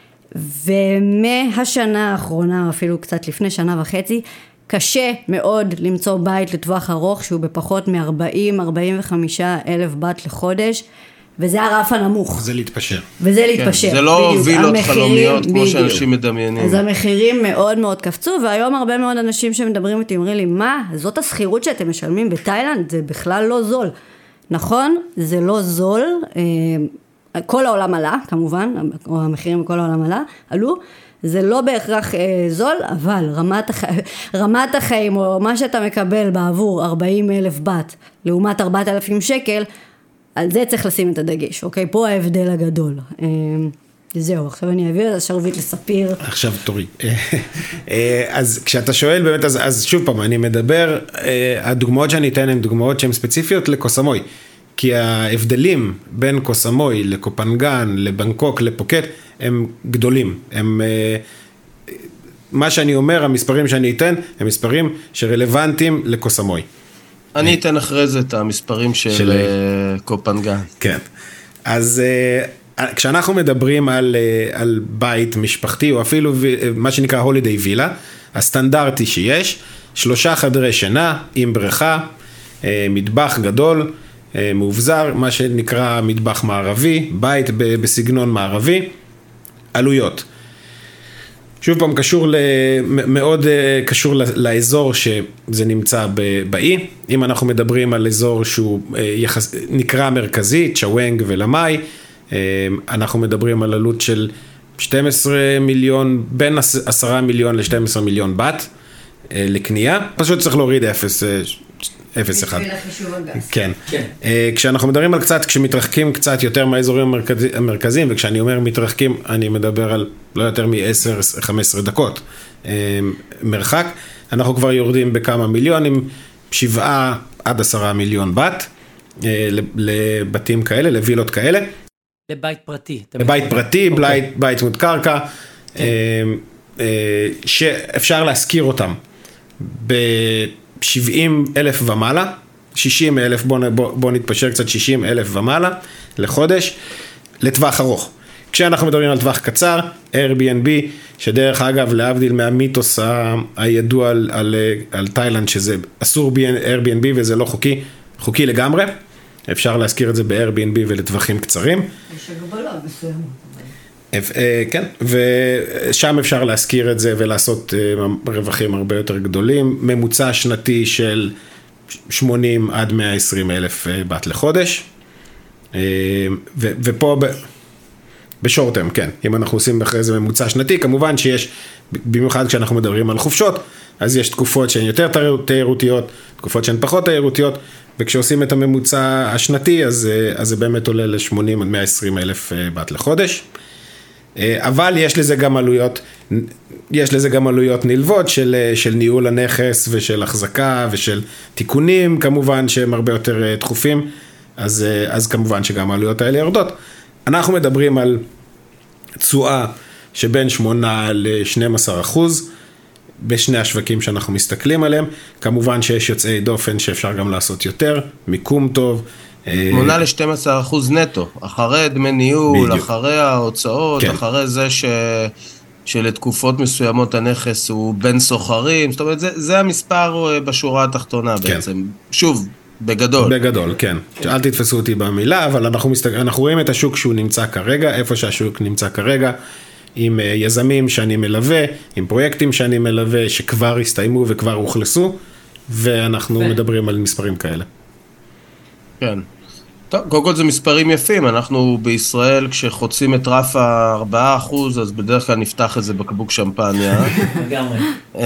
ומהשנה האחרונה, אפילו קצת לפני שנה וחצי, קשה מאוד למצוא בית לטווח ארוך, שהוא בפחות מ-ארבעים עד ארבעים וחמישה אלף בת לחודש, וזה הרף הנמוך. זה להתפשר. וזה להתפשר. כן, זה לא וילות חלומיות כמו שאנשים מדמיינים. אז המחירים מאוד מאוד קפצו, והיום הרבה מאוד אנשים שמדברים איתי, אומרים לי, מה? זאת הסחירות שאתם משלמים בתאילנד? זה בכלל לא זול. נכון? זה לא זול. כל העולם עלה, כמובן, או המחירים בכל העולם עלה, עלו. זה לא בהכרח זול, אבל רמת, הח... רמת החיים, או מה שאתה מקבל בעבור ארבעים אלף בת, לעומת ארבעת אלפים שקל, על זה צריך לשים את הדגש, אוקיי? פה ההבדל הגדול. זהו, עכשיו אני אעביר את השרביט לספיר. עכשיו תורי. אז כשאתה שואל באמת, אז, אז שוב פעם, אני מדבר, הדוגמאות שאני אתן הן דוגמאות שהן ספציפיות לקוסמוי, כי ההבדלים בין קוסמוי לקופנגן, לבנקוק, לפוקט, הם גדולים. הם, מה שאני אומר, המספרים שאני אתן, הם מספרים שרלוונטיים לקוסמוי. אני אתן אחרי זה את המספרים של, של... קופנגן. כן. אז כשאנחנו מדברים על, על בית משפחתי, או אפילו מה שנקרא הולידיי וילה, הסטנדרטי שיש, שלושה חדרי שינה עם בריכה, מטבח גדול, מאובזר, מה שנקרא מטבח מערבי, בית בסגנון מערבי, עלויות. שוב פעם, קשור ל... מאוד קשור לאזור שזה נמצא באי. אם אנחנו מדברים על אזור שהוא יחס... נקרא מרכזי, צ'וואנג ולמאי, אנחנו מדברים על עלות של שנים עשר מיליון, בין עשרה מיליון ל-שנים עשר מיליון בת לקנייה. פשוט צריך להוריד אפס, אפס אחד. בשביל החישוב הגס. כן. כן. כשאנחנו מדברים על קצת, כשמתרחקים קצת יותר מהאזורים המרכזיים, וכשאני אומר מתרחקים, אני מדבר על לא יותר מ-עשר חמש עשרה דקות מרחק, אנחנו כבר יורדים בכמה מיליונים, שבעה עד עשרה מיליון בת, לבתים כאלה, לווילות כאלה. לבית פרטי. לבית פרטי, בית, בית צמוד קרקע, שאפשר להשכיר אותם ב-שבעים אלף ומעלה, שישים אלף, בוא, בוא, בוא נתפשר קצת, שישים אלף ומעלה לחודש, לטווח ארוך. כשאנחנו מדברים על טווח קצר, Airbnb, שדרך אגב, להבדיל מהמיתוס הידוע על, על, על תאילנד, שזה אסור Airbnb וזה לא חוקי, חוקי לגמרי, אפשר להזכיר את זה ב-Airbnb ולטווחים קצרים. יש הגבלה מסוימת. כן, ושם אפשר להזכיר את זה ולעשות רווחים הרבה יותר גדולים, ממוצע שנתי של שמונים עד מאה ועשרים אלף בת לחודש, ופה בשורטם, כן, אם אנחנו עושים אחרי זה ממוצע שנתי, כמובן שיש, במיוחד כשאנחנו מדברים על חופשות, אז יש תקופות שהן יותר תיירותיות, תקופות שהן פחות תיירותיות, וכשעושים את הממוצע השנתי, אז, אז זה באמת עולה ל-שמונים עד מאה ועשרים אלף בת לחודש. אבל יש לזה גם עלויות, יש לזה גם עלויות נלוות של, של ניהול הנכס ושל החזקה ושל תיקונים, כמובן שהם הרבה יותר דחופים, אז, אז כמובן שגם העלויות האלה יורדות. אנחנו מדברים על תשואה שבין שמונה ל-שנים עשר אחוז, בשני השווקים שאנחנו מסתכלים עליהם, כמובן שיש יוצאי דופן שאפשר גם לעשות יותר, מיקום טוב. שמונה ל-שנים עשר אחוז נטו, אחרי דמי ניהול, בדיוק. אחרי ההוצאות, כן. אחרי זה ש... שלתקופות מסוימות הנכס הוא בין סוחרים, זאת אומרת, זה, זה המספר בשורה התחתונה כן. בעצם, שוב, בגדול. בגדול, כן. אל תתפסו אותי במילה, אבל אנחנו, מסתכל... אנחנו רואים את השוק שהוא נמצא כרגע, איפה שהשוק נמצא כרגע, עם יזמים שאני מלווה, עם פרויקטים שאני מלווה, שכבר הסתיימו וכבר הוכלסו, ואנחנו ו... מדברים על מספרים כאלה. כן. טוב, קודם כל זה מספרים יפים, אנחנו בישראל כשחוצים את רף ה-ארבעה אחוז, אז בדרך כלל נפתח איזה בקבוק שמפניה. לגמרי.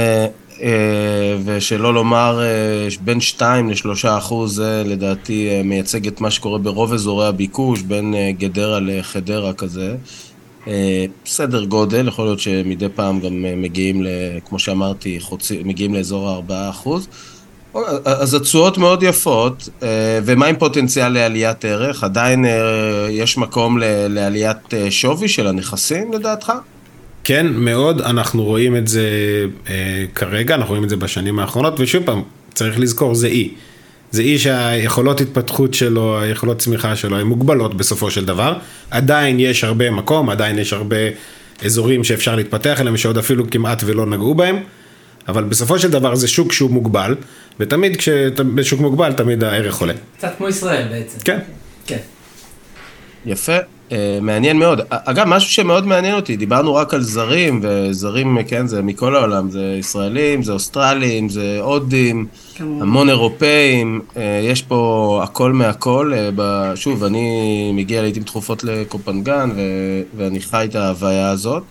ושלא לומר, בין שתיים לשלושה אחוז זה לדעתי מייצג את מה שקורה ברוב אזורי הביקוש, בין גדרה לחדרה כזה. סדר גודל, יכול להיות שמדי פעם גם מגיעים, כמו שאמרתי, מגיעים לאזור ה-ארבעה אחוז. אז התשואות מאוד יפות, ומה עם פוטנציאל לעליית ערך? עדיין יש מקום לעליית שווי של הנכסים לדעתך? כן, מאוד, אנחנו רואים את זה כרגע, אנחנו רואים את זה בשנים האחרונות, ושוב פעם, צריך לזכור, זה אי. זה אי שהיכולות התפתחות שלו, היכולות צמיחה שלו, הן מוגבלות בסופו של דבר. עדיין יש הרבה מקום, עדיין יש הרבה אזורים שאפשר להתפתח אליהם, שעוד אפילו כמעט ולא נגעו בהם. אבל בסופו של דבר זה שוק שהוא מוגבל, ותמיד כשבשוק מוגבל, תמיד הערך עולה. קצת כמו ישראל בעצם. כן. כן. יפה, מעניין מאוד. אגב, משהו שמאוד מעניין אותי, דיברנו רק על זרים, וזרים, כן, זה מכל העולם, זה ישראלים, זה אוסטרלים, זה הודים, המון אירופאים, יש פה הכל מהכל. שוב, אני מגיע לעתים תכופות לקופנגן, ואני חי את ההוויה הזאת.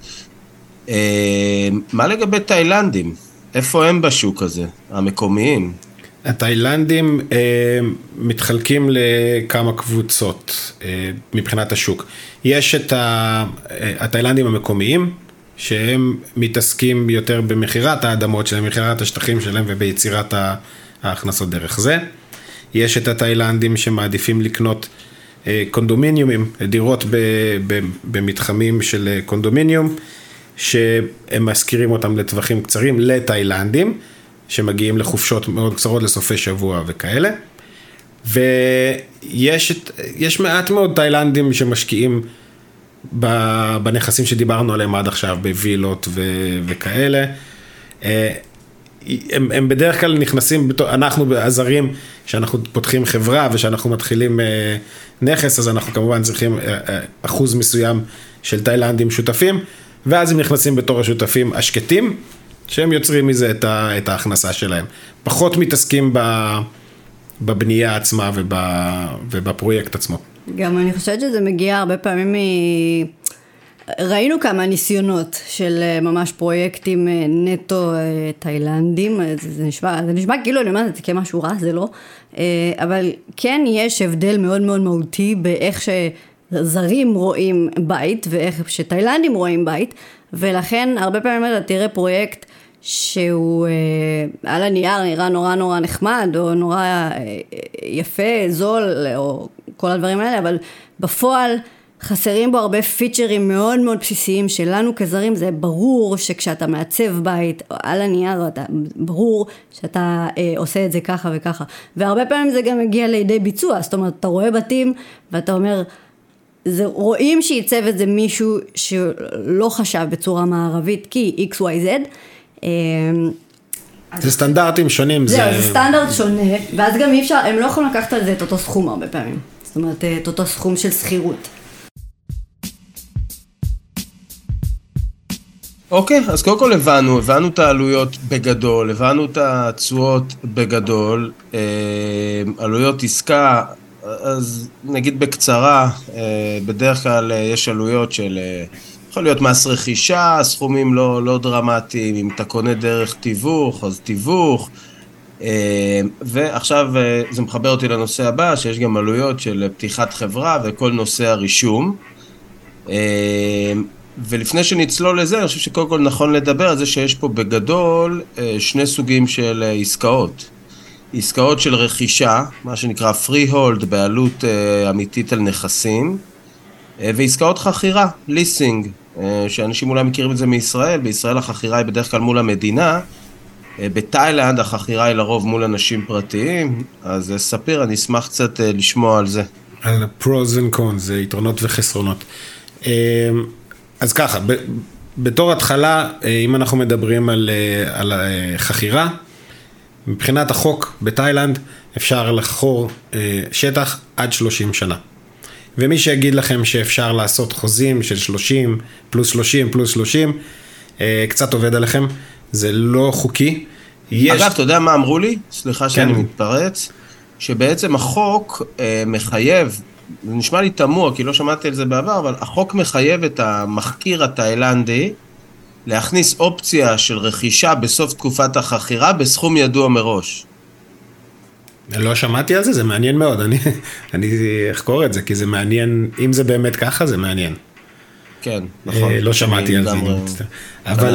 מה לגבי תאילנדים? איפה הם בשוק הזה, המקומיים? התאילנדים אה, מתחלקים לכמה קבוצות אה, מבחינת השוק. יש את ה, אה, התאילנדים המקומיים, שהם מתעסקים יותר במחירת האדמות שלהם, מחירת השטחים שלהם וביצירת ההכנסות דרך זה. יש את התאילנדים שמעדיפים לקנות אה, קונדומיניומים, דירות ב, ב, במתחמים של קונדומיניום, שהם מזכירים אותם לטווחים קצרים לתאילנדים, שמגיעים לחופשות מאוד קצרות לסופי שבוע וכאלה. ויש יש מעט מאוד תאילנדים שמשקיעים בנכסים שדיברנו עליהם עד עכשיו, בווילות ו, וכאלה. הם, הם בדרך כלל נכנסים, אנחנו הזרים, שאנחנו פותחים חברה ושאנחנו מתחילים נכס, אז אנחנו כמובן צריכים אחוז מסוים של תאילנדים שותפים, ואז הם נכנסים בתור השותפים השקטים, שהם יוצרים מזה את, ה, את ההכנסה שלהם. פחות מתעסקים בבנייה עצמה ובפרויקט עצמו. גם אני חושבת שזה מגיע הרבה פעמים מ... ראינו כמה ניסיונות של ממש פרויקטים נטו תאילנדים, זה נשמע, זה נשמע כאילו אני אומרת, זה כמשהו רע, זה לא, אבל כן יש הבדל מאוד מאוד מהותי באיך שזרים רואים בית, ואיך שתאילנדים רואים בית, ולכן הרבה פעמים אתה תראה פרויקט שהוא על הנייר נראה נורא נורא נחמד, או נורא יפה, זול, או כל הדברים האלה, אבל בפועל חסרים בו הרבה פיצ'רים מאוד מאוד בסיסיים שלנו כזרים. זה ברור שכשאתה מעצב בית על הנייר, אתה, ברור שאתה אה, עושה את זה ככה וככה, והרבה פעמים זה גם מגיע לידי ביצוע. זאת אומרת, אתה רואה בתים ואתה אומר, זה, רואים שייצב את זה מישהו שלא חשב בצורה מערבית כי איקס וואי זד. אה, זה סטנדרטים שונים. זה, זה... זה סטנדרט שונה, ואז גם אי אפשר, הם לא יכולים לקחת על זה את אותו סכום הרבה פעמים. זאת אומרת, את אותו סכום של שכירות. אוקיי, אז קודם כל הבנו, הבנו את העלויות בגדול, הבנו את התשואות בגדול, עלויות עסקה, אז נגיד בקצרה, בדרך כלל יש עלויות של, יכול להיות מס רכישה, סכומים לא, לא דרמטיים, אם אתה קונה דרך תיווך, אז תיווך, ועכשיו זה מחבר אותי לנושא הבא, שיש גם עלויות של פתיחת חברה וכל נושא הרישום, ולפני שנצלול לזה, אני חושב שקודם כל נכון לדבר על זה שיש פה בגדול שני סוגים של עסקאות. עסקאות של רכישה, מה שנקרא freehold, בעלות אמיתית על נכסים, ועסקאות חכירה, leasing, שאנשים אולי מכירים את זה מישראל. בישראל החכירה היא בדרך כלל מול המדינה, בתאילנד החכירה היא לרוב מול אנשים פרטיים, אז ספיר, אני אשמח קצת לשמוע על זה. על pros and cons, זה יתרונות וחסרונות. אז ככה, ב, בתור התחלה, אם אנחנו מדברים על, על חכירה, מבחינת החוק בתאילנד אפשר לחכור שטח עד שלושים שנה. ומי שיגיד לכם שאפשר לעשות חוזים של שלושים, פלוס שלושים, פלוס שלושים, קצת עובד עליכם, זה לא חוקי. יש... אגב, אתה יודע מה אמרו לי? סליחה שאני כן. מתפרץ. שבעצם החוק מחייב, זה נשמע לי תמוה, כי לא שמעתי על זה בעבר, אבל החוק מחייב את המחקיר התאילנדי להכניס אופציה של רכישה בסוף תקופת החכירה בסכום ידוע מראש. לא שמעתי על זה, זה מעניין מאוד. אני, אני אחקור את זה, כי זה מעניין, אם זה באמת ככה, זה מעניין. כן, נכון. לא שמעתי על זה. אבל,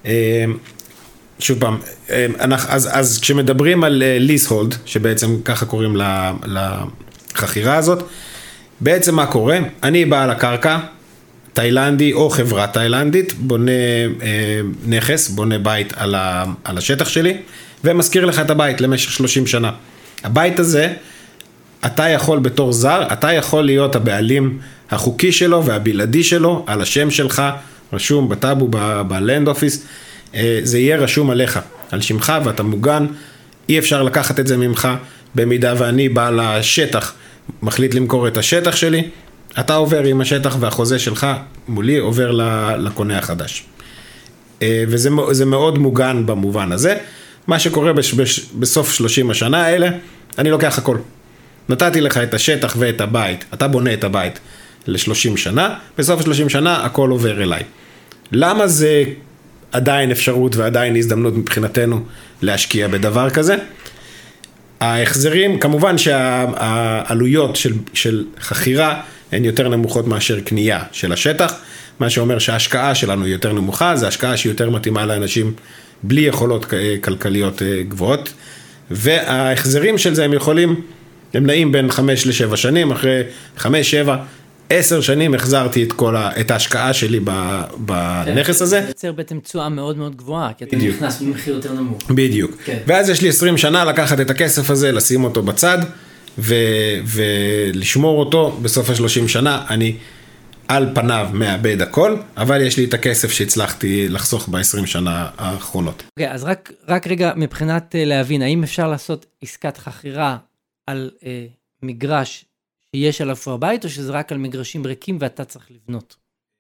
שוב פעם, אז, אז כשמדברים על leasehold, שבעצם ככה קוראים לחכירה הזאת, בעצם מה קורה? אני בעל הקרקע, תאילנדי או חברה תאילנדית, בונה אה, נכס, בונה בית על, ה, על השטח שלי, ומזכיר לך את הבית למשך שלושים שנה. הבית הזה, אתה יכול בתור זר, אתה יכול להיות הבעלים החוקי שלו והבלעדי שלו, על השם שלך, רשום בטאבו, בלנד אופיס, אה, זה יהיה רשום עליך, על שמך, ואתה מוגן, אי אפשר לקחת את זה ממך, במידה ואני בעל השטח, מחליט למכור את השטח שלי, אתה עובר עם השטח והחוזה שלך מולי עובר לקונה החדש. וזה זה מאוד מוגן במובן הזה. מה שקורה בסוף שלושים השנה האלה, אני לוקח הכל. נתתי לך את השטח ואת הבית, אתה בונה את הבית ל-שלושים שנה, בסוף שלושים שנה הכל עובר אליי. למה זה עדיין אפשרות ועדיין הזדמנות מבחינתנו להשקיע בדבר כזה? ההחזרים, כמובן שהעלויות של, של חכירה הן יותר נמוכות מאשר קנייה של השטח, מה שאומר שההשקעה שלנו היא יותר נמוכה, זה השקעה שהיא יותר מתאימה לאנשים בלי יכולות כלכליות גבוהות, וההחזרים של זה הם יכולים, הם נעים בין חמש לשבע שנים, אחרי חמש, שבע, עשר שנים החזרתי את כל ה, את ההשקעה שלי בנכס הזה. זה יוצר בעצם תשואה מאוד מאוד גבוהה, כי אתה נכנס במחיר יותר נמוך. בדיוק. ואז יש לי עשרים שנה לקחת את הכסף הזה, לשים אותו בצד, ולשמור אותו בסוף ה-שלושים שנה. אני על פניו מאבד הכל, אבל יש לי את הכסף שהצלחתי לחסוך ב-עשרים שנה האחרונות. אוקיי, okay, אז רק, רק רגע מבחינת uh, להבין, האם אפשר לעשות עסקת חכירה על uh, מגרש שיש עליו כבר בית, או שזה רק על מגרשים ריקים ואתה צריך לבנות?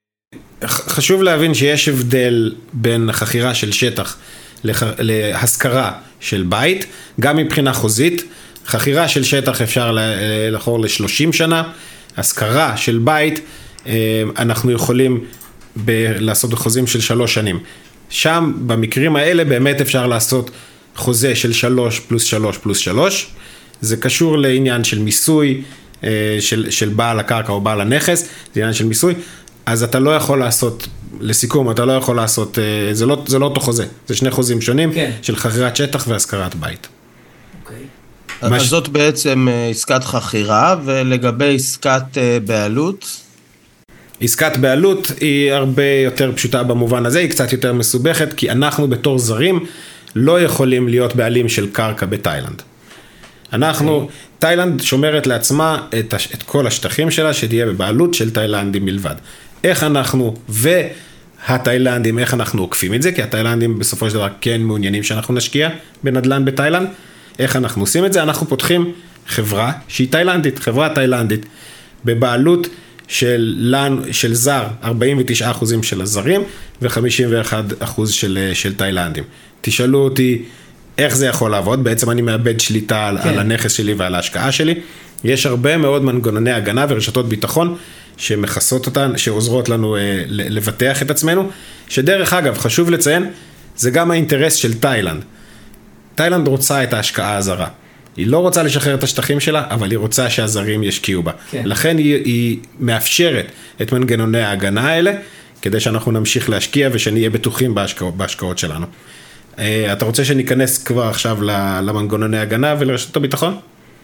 חשוב להבין שיש הבדל בין חכירה של שטח לח... להשכרה של בית, גם מבחינה חוזית, חכירה של שטח אפשר לחור ל-שלושים שנה, השכרה של בית, אנחנו יכולים ב- לעשות חוזים של שלוש שנים. שם, במקרים האלה, באמת אפשר לעשות חוזה של שלוש פלוס שלוש פלוס שלוש. זה קשור לעניין של מיסוי, של, של בעל הקרקע או בעל הנכס, זה עניין של מיסוי. אז אתה לא יכול לעשות, לסיכום, אתה לא יכול לעשות, זה לא, זה לא אותו חוזה. זה שני חוזים שונים, כן. של חכירת שטח והשכרת בית. אוקיי. אז מש... זאת בעצם עסקת חכירה, ולגבי עסקת בעלות? עסקת בעלות היא הרבה יותר פשוטה במובן הזה, היא קצת יותר מסובכת, כי אנחנו בתור זרים לא יכולים להיות בעלים של קרקע בתאילנד. אנחנו, okay. תאילנד שומרת לעצמה את, את כל השטחים שלה, שתהיה בבעלות של תאילנדים מלבד. איך אנחנו והתאילנדים, איך אנחנו עוקפים את זה, כי התאילנדים בסופו של דבר כן מעוניינים שאנחנו נשקיע בנדל"ן בתאילנד. איך אנחנו עושים את זה? אנחנו פותחים חברה שהיא תאילנדית, חברה תאילנדית, בבעלות של, לנו, של זר, ארבעים ותשעה אחוזים של הזרים, ו-חמישים ואחד אחוז של, של תאילנדים. תשאלו אותי איך זה יכול לעבוד, בעצם אני מאבד שליטה על, כן. על הנכס שלי ועל ההשקעה שלי. יש הרבה מאוד מנגנוני הגנה ורשתות ביטחון, שמחסות אותן, שעוזרות לנו אה, לבטח את עצמנו, שדרך אגב, חשוב לציין, זה גם האינטרס של תאילנד. תאילנד רוצה את ההשקעה הזרה. היא לא רוצה לשחרר את השטחים שלה, אבל היא רוצה שהזרים ישקיעו בה. כן. לכן היא, היא מאפשרת את מנגנוני ההגנה האלה, כדי שאנחנו נמשיך להשקיע ושנהיה בטוחים בהשקעות, בהשקעות שלנו. אתה רוצה שניכנס כבר עכשיו למנגנוני ההגנה ולרשת הביטחון?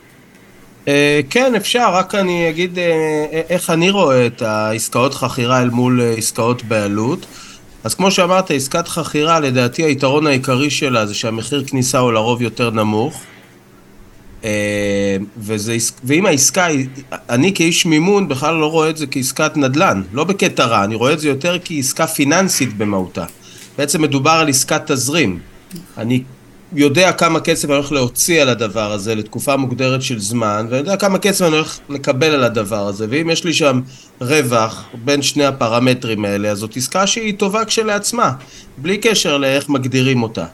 כן, אפשר, רק אני אגיד איך אני רואה את העסקאות חכירה אל מול עסקאות בעלות. אז כמו שאמרת, עסקת חכירה, לדעתי היתרון העיקרי שלה זה שהמחיר כניסה הוא לרוב יותר נמוך. וזה, ואם העסקה, אני כאיש מימון בכלל לא רואה את זה כעסקת נדל"ן, לא בקטע רע, אני רואה את זה יותר כעסקה פיננסית במהותה. בעצם מדובר על עסקת תזרים. אני יודע כמה כסף אני הולך להוציא על הדבר הזה לתקופה מוגדרת של זמן, ואני יודע כמה כסף אני הולך לקבל על הדבר הזה, ואם יש לי שם רווח בין שני הפרמטרים האלה, אז זאת עסקה שהיא טובה כשלעצמה, בלי קשר לאיך מגדירים אותה.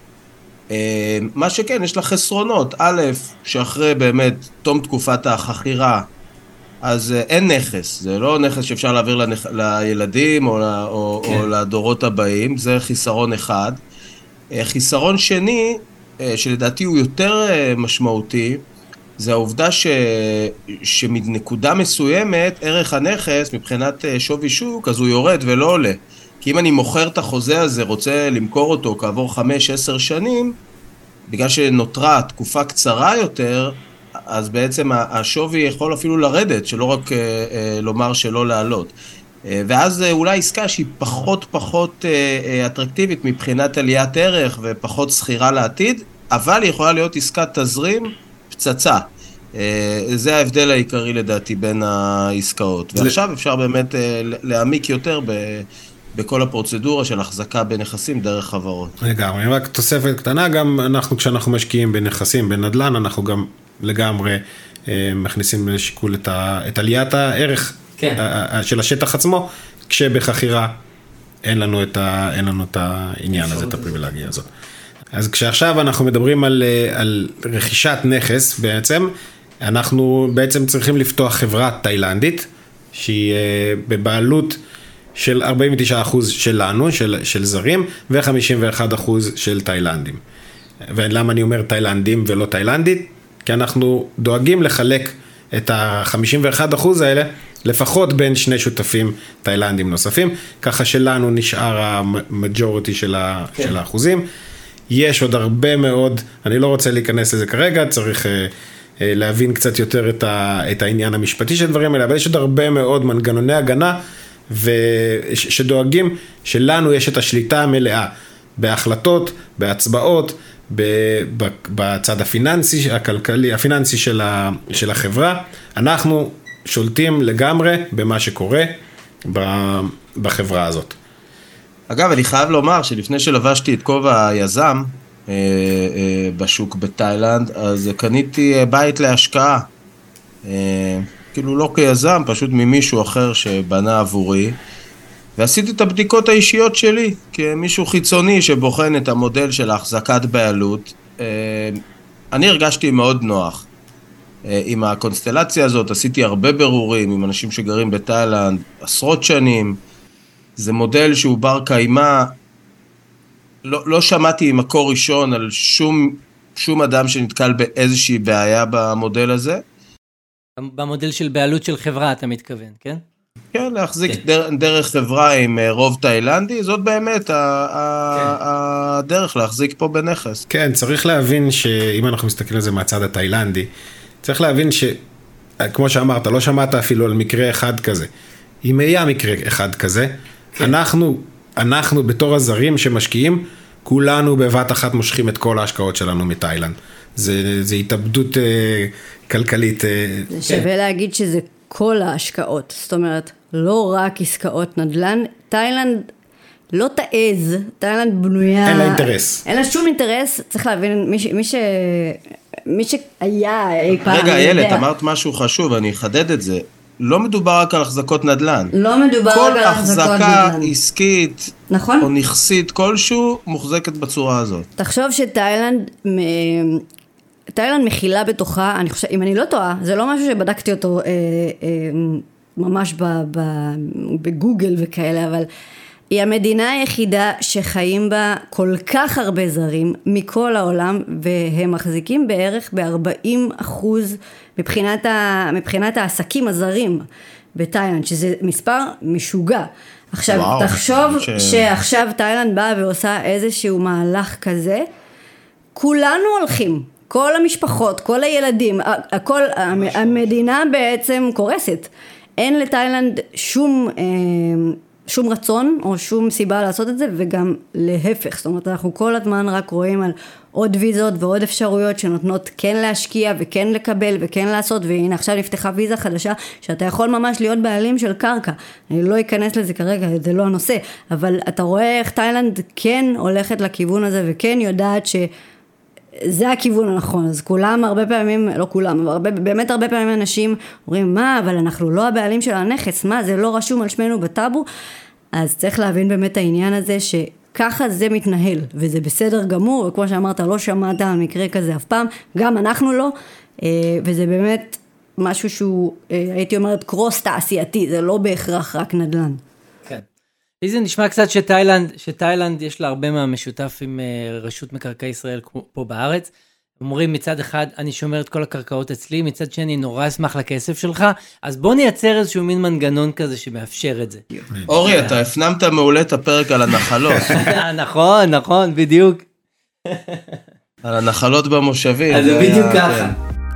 מה שכן, יש לה חסרונות. א', שאחרי באמת תום תקופת החכירה, אז אין נכס, זה לא נכס שאפשר להעביר לנכ... לילדים או, או, כן. או לדורות הבאים, זה חיסרון אחד. חיסרון שני, שלדעתי הוא יותר משמעותי, זה העובדה ש... שמנקודה מסוימת, ערך הנכס מבחינת שווי שוק, אז הוא יורד ולא עולה. כי אם אני מוכר את החוזה הזה, רוצה למכור אותו כעבור חמש, עשר שנים, בגלל שנותרה תקופה קצרה יותר, אז בעצם השווי יכול אפילו לרדת, שלא רק לומר שלא לעלות. ואז אולי עסקה שהיא פחות פחות אטרקטיבית מבחינת עליית ערך ופחות סחירה לעתיד, אבל היא יכולה להיות עסקת תזרים פצצה. זה ההבדל העיקרי לדעתי בין העסקאות. ועכשיו אפשר באמת להעמיק יותר ב... בכל הפרוצדורה של החזקה בנכסים דרך חברות. לגמרי, רק תוספת קטנה, גם אנחנו כשאנחנו משקיעים בנכסים, בנדל"ן, אנחנו גם לגמרי אה, מכניסים לשיקול את, ה, את עליית הערך כן. ה, ה, של השטח עצמו, כשבחכירה אין לנו את, ה, אין לנו את העניין הזה, את הפריבילגיה הזאת. אז כשעכשיו אנחנו מדברים על, על רכישת נכס בעצם, אנחנו בעצם צריכים לפתוח חברה תאילנדית, שהיא אה, בבעלות של ארבעים ותשעה אחוז שלנו, של, של זרים, ו-חמישים ואחד אחוז של תאילנדים. ולמה אני אומר תאילנדים ולא תאילנדית? כי אנחנו דואגים לחלק את ה-חמישים ואחד אחוז האלה, לפחות בין שני שותפים תאילנדים נוספים, ככה שלנו נשאר המג'וריטי של, ה- כן. של האחוזים. יש עוד הרבה מאוד, אני לא רוצה להיכנס לזה כרגע, צריך uh, uh, להבין קצת יותר את, ה- את העניין המשפטי של דברים האלה, אבל יש עוד הרבה מאוד מנגנוני הגנה, ושדואגים שלנו יש את השליטה המלאה בהחלטות, בהצבעות, בצד הפיננסי, הכלכלי, הפיננסי של, ה, של החברה. אנחנו שולטים לגמרי במה שקורה, בחברה הזאת. אגב, אני חייב לומר שלפני שלבשתי את כובע היזם אה, אה, בשוק בתאילנד, אז קניתי בית להשקעה. אה, כאילו לא כיזם, פשוט ממישהו אחר שבנה עבורי. ועשיתי את הבדיקות האישיות שלי, כמישהו חיצוני שבוחן את המודל של ההחזקת בעלות. אה, אני הרגשתי מאוד נוח. אה, עם הקונסטלציה הזאת, עשיתי הרבה ברורים עם אנשים שגרים בתאילנד, עשרות שנים. זה מודל שהוא בר קיימה, לא, לא שמעתי מקור ראשון על שום, שום אדם שנתקל באיזושהי בעיה במודל הזה. במודל של בעלות של חברה אתה מתכוון, כן? כן, להחזיק כן. דר, דרך חברה עם רוב תאילנדי, זאת באמת ה, ה, כן. הדרך להחזיק פה בנכס. כן, צריך להבין שאם אנחנו מסתכלים על זה מהצד התאילנדי, צריך להבין שכמו שאמרת, לא שמעת אפילו על מקרה אחד כזה. אם היה מקרה אחד כזה, כן. אנחנו, אנחנו בתור הזרים שמשקיעים, כולנו בבת אחת מושכים את כל ההשקעות שלנו מתאילנד. זה, זה התאבדות אה, כלכלית. אה, זה שווה כן. להגיד שזה כל ההשקעות. זאת אומרת, לא רק עסקאות נדל"ן. תאילנד לא תעז, תאילנד בנויה... אין לה אינטרס. אין לה שום אינטרס. צריך להבין, מי, ש, מי, ש, מי שהיה אי פעם... רגע, איילת, אמרת משהו חשוב, אני אחדד את זה. לא מדובר רק על החזקות נדל"ן. לא מדובר רק על החזקות נדל"ן. כל החזקה עסקית, נכון? או נכסית כלשהו, מוחזקת בצורה הזאת. תחשוב שתאילנד, תאילנד מכילה בתוכה, אני חושב, אם אני לא טועה, זה לא משהו שבדקתי אותו אה, אה, ממש ב, ב, בגוגל וכאלה, אבל היא המדינה היחידה שחיים בה כל כך הרבה זרים מכל העולם, והם מחזיקים בערך ב-ארבעים אחוז מבחינת, ה, מבחינת העסקים הזרים בתאילנד, שזה מספר משוגע. עכשיו, וואו, תחשוב ש... שעכשיו תאילנד באה ועושה איזשהו מהלך כזה, כולנו הולכים, כל המשפחות, כל הילדים, הכל, המדינה בעצם קורסת. אין לתאילנד שום... שום רצון או שום סיבה לעשות את זה, וגם להפך. זאת אומרת, אנחנו כל הזמן רק רואים על עוד ויזות ועוד אפשרויות שנותנות כן להשקיע וכן לקבל וכן לעשות, והנה עכשיו נפתחה ויזה חדשה שאתה יכול ממש להיות בעלים של קרקע. אני לא אכנס לזה כרגע, זה לא הנושא, אבל אתה רואה איך תאילנד כן הולכת לכיוון הזה וכן יודעת ש... זה הכיוון הנכון. אז כולם הרבה פעמים, לא כולם, אבל הרבה, באמת הרבה פעמים אנשים אומרים, מה, אבל אנחנו לא הבעלים של הנכס, מה, זה לא רשום על שמנו בטאבו. אז צריך להבין באמת העניין הזה שככה זה מתנהל, וזה בסדר גמור, וכמו שאמרת, לא שמעת על מקרה כזה אף פעם, גם אנחנו לא, וזה באמת משהו שהוא, הייתי אומרת, קרוס תעשייתי, זה לא בהכרח רק נדל"ן. כן. לי זה נשמע קצת שתאילנד, שתאילנד יש לה הרבה מהמשותף עם רשות מקרקעי ישראל פה בארץ. אומרים מצד אחד, אני שומר את כל הקרקעות אצלי, מצד שני, נורא אשמח לכסף שלך, אז בוא נייצר איזשהו מין מנגנון כזה שמאפשר את זה. אורי, אתה הפנמת מעולה את הפרק על הנחלות. נכון, נכון, בדיוק. על הנחלות במושבים. אז זה בדיוק ככה.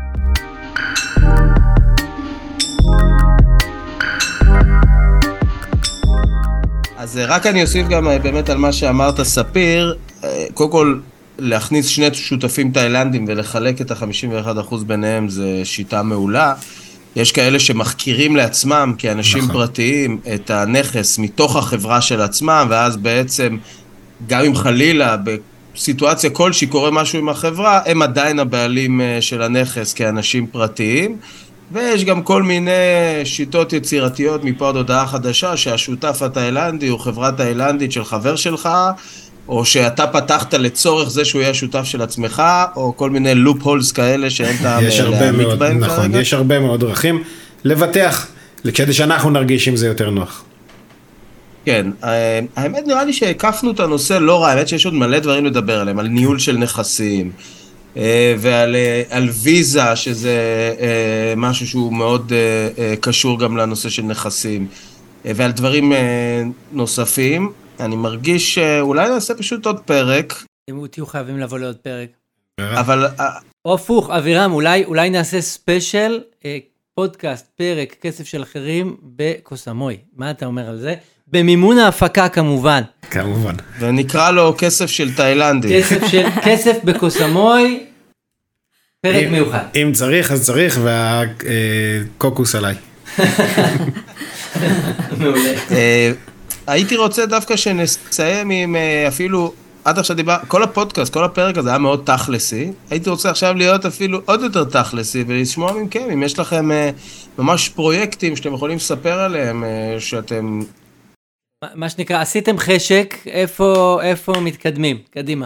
אז רק אני אוסיף גם באמת על מה שאמרת ספיר, קודם כל להכניס שני שותפים תאילנדים ולחלק את ה-חמישים ואחד אחוז ביניהם זה שיטה מעולה. יש כאלה שמחכירים לעצמם כאנשים נכון. פרטיים את הנכס מתוך החברה של עצמם, ואז בעצם גם אם חלילה בסיטואציה כלשהי קורה משהו עם החברה, הם עדיין הבעלים של הנכס כאנשים פרטיים. ויש גם כל מיני שיטות יצירתיות מפה עד הודעה חדשה, שהשותף התאילנדי הוא חברה תאילנדית של חבר שלך, או שאתה פתחת לצורך זה שהוא יהיה שותף של עצמך, או כל מיני לופ הולס כאלה שאין טעם להעמיק בהם. נכון, כרגע. יש הרבה מאוד דרכים לבטח, כדי שאנחנו נרגיש עם זה יותר נוח. כן, האמת נראה לי שהקפנו את הנושא לא רע, האמת שיש עוד מלא דברים לדבר עליהם, על ניהול של נכסים, ועל על ויזה, שזה משהו שהוא מאוד קשור גם לנושא של נכסים, ועל דברים נוספים. אני מרגיש שאולי נעשה פשוט עוד פרק. אם תהיו חייבים לבוא לעוד פרק. אבל... או הפוך, אבירם, אולי, אולי נעשה ספיישל, פודקאסט, פרק, כסף של אחרים בקוסמוי. מה אתה אומר על זה? במימון ההפקה כמובן. כמובן. ונקרא לו כסף של תאילנדי. כסף של, כסף בקוסמוי, פרק מיוחד. אם צריך, אז צריך, והקוקוס עליי. מעולה. הייתי רוצה דווקא שנסיים עם אפילו, עד עכשיו דיבר, כל הפודקאסט, כל הפרק הזה היה מאוד תכלסי, הייתי רוצה עכשיו להיות אפילו עוד יותר תכלסי, ולשמוע מכם, אם יש לכם ממש פרויקטים שאתם יכולים לספר עליהם, שאתם... מה שנקרא, עשיתם חשק, איפה, איפה מתקדמים? קדימה.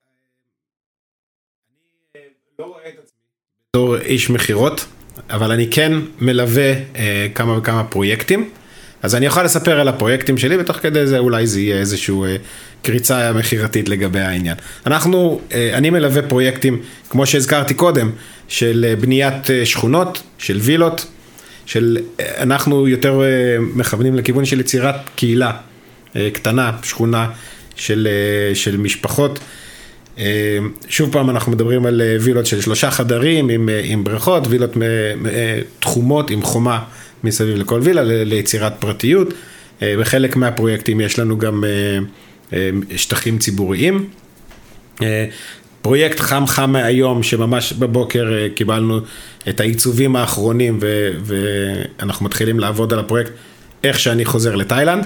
אני לא רואה את עצמי בתור איש מחירות, אבל אני כן מלווה כמה וכמה פרויקטים, אז אני יכול לספר על הפרויקטים שלי, ותוך כדי זה אולי זה יהיה איזשהו קריצה מחירתית לגבי העניין. אנחנו, אני מלווה פרויקטים, כמו שהזכרתי קודם, של בניית שכונות, של וילות, של, אנחנו יותר מכוונים לכיוון של יצירת קהילה קטנה, שכונה של, של משפחות. שוב פעם אנחנו מדברים על וילות של שלושה חדרים עם, עם בריכות, וילות תחומות עם חומה מסביב לכל וילה, ליצירת פרטיות. בחלק מהפרויקטים יש לנו גם שטחים ציבוריים. פרויקט חם חם מהיום, שממש בבוקר קיבלנו את העיצובים האחרונים, ו- ואנחנו מתחילים לעבוד על הפרויקט, איך שאני חוזר לתאילנד.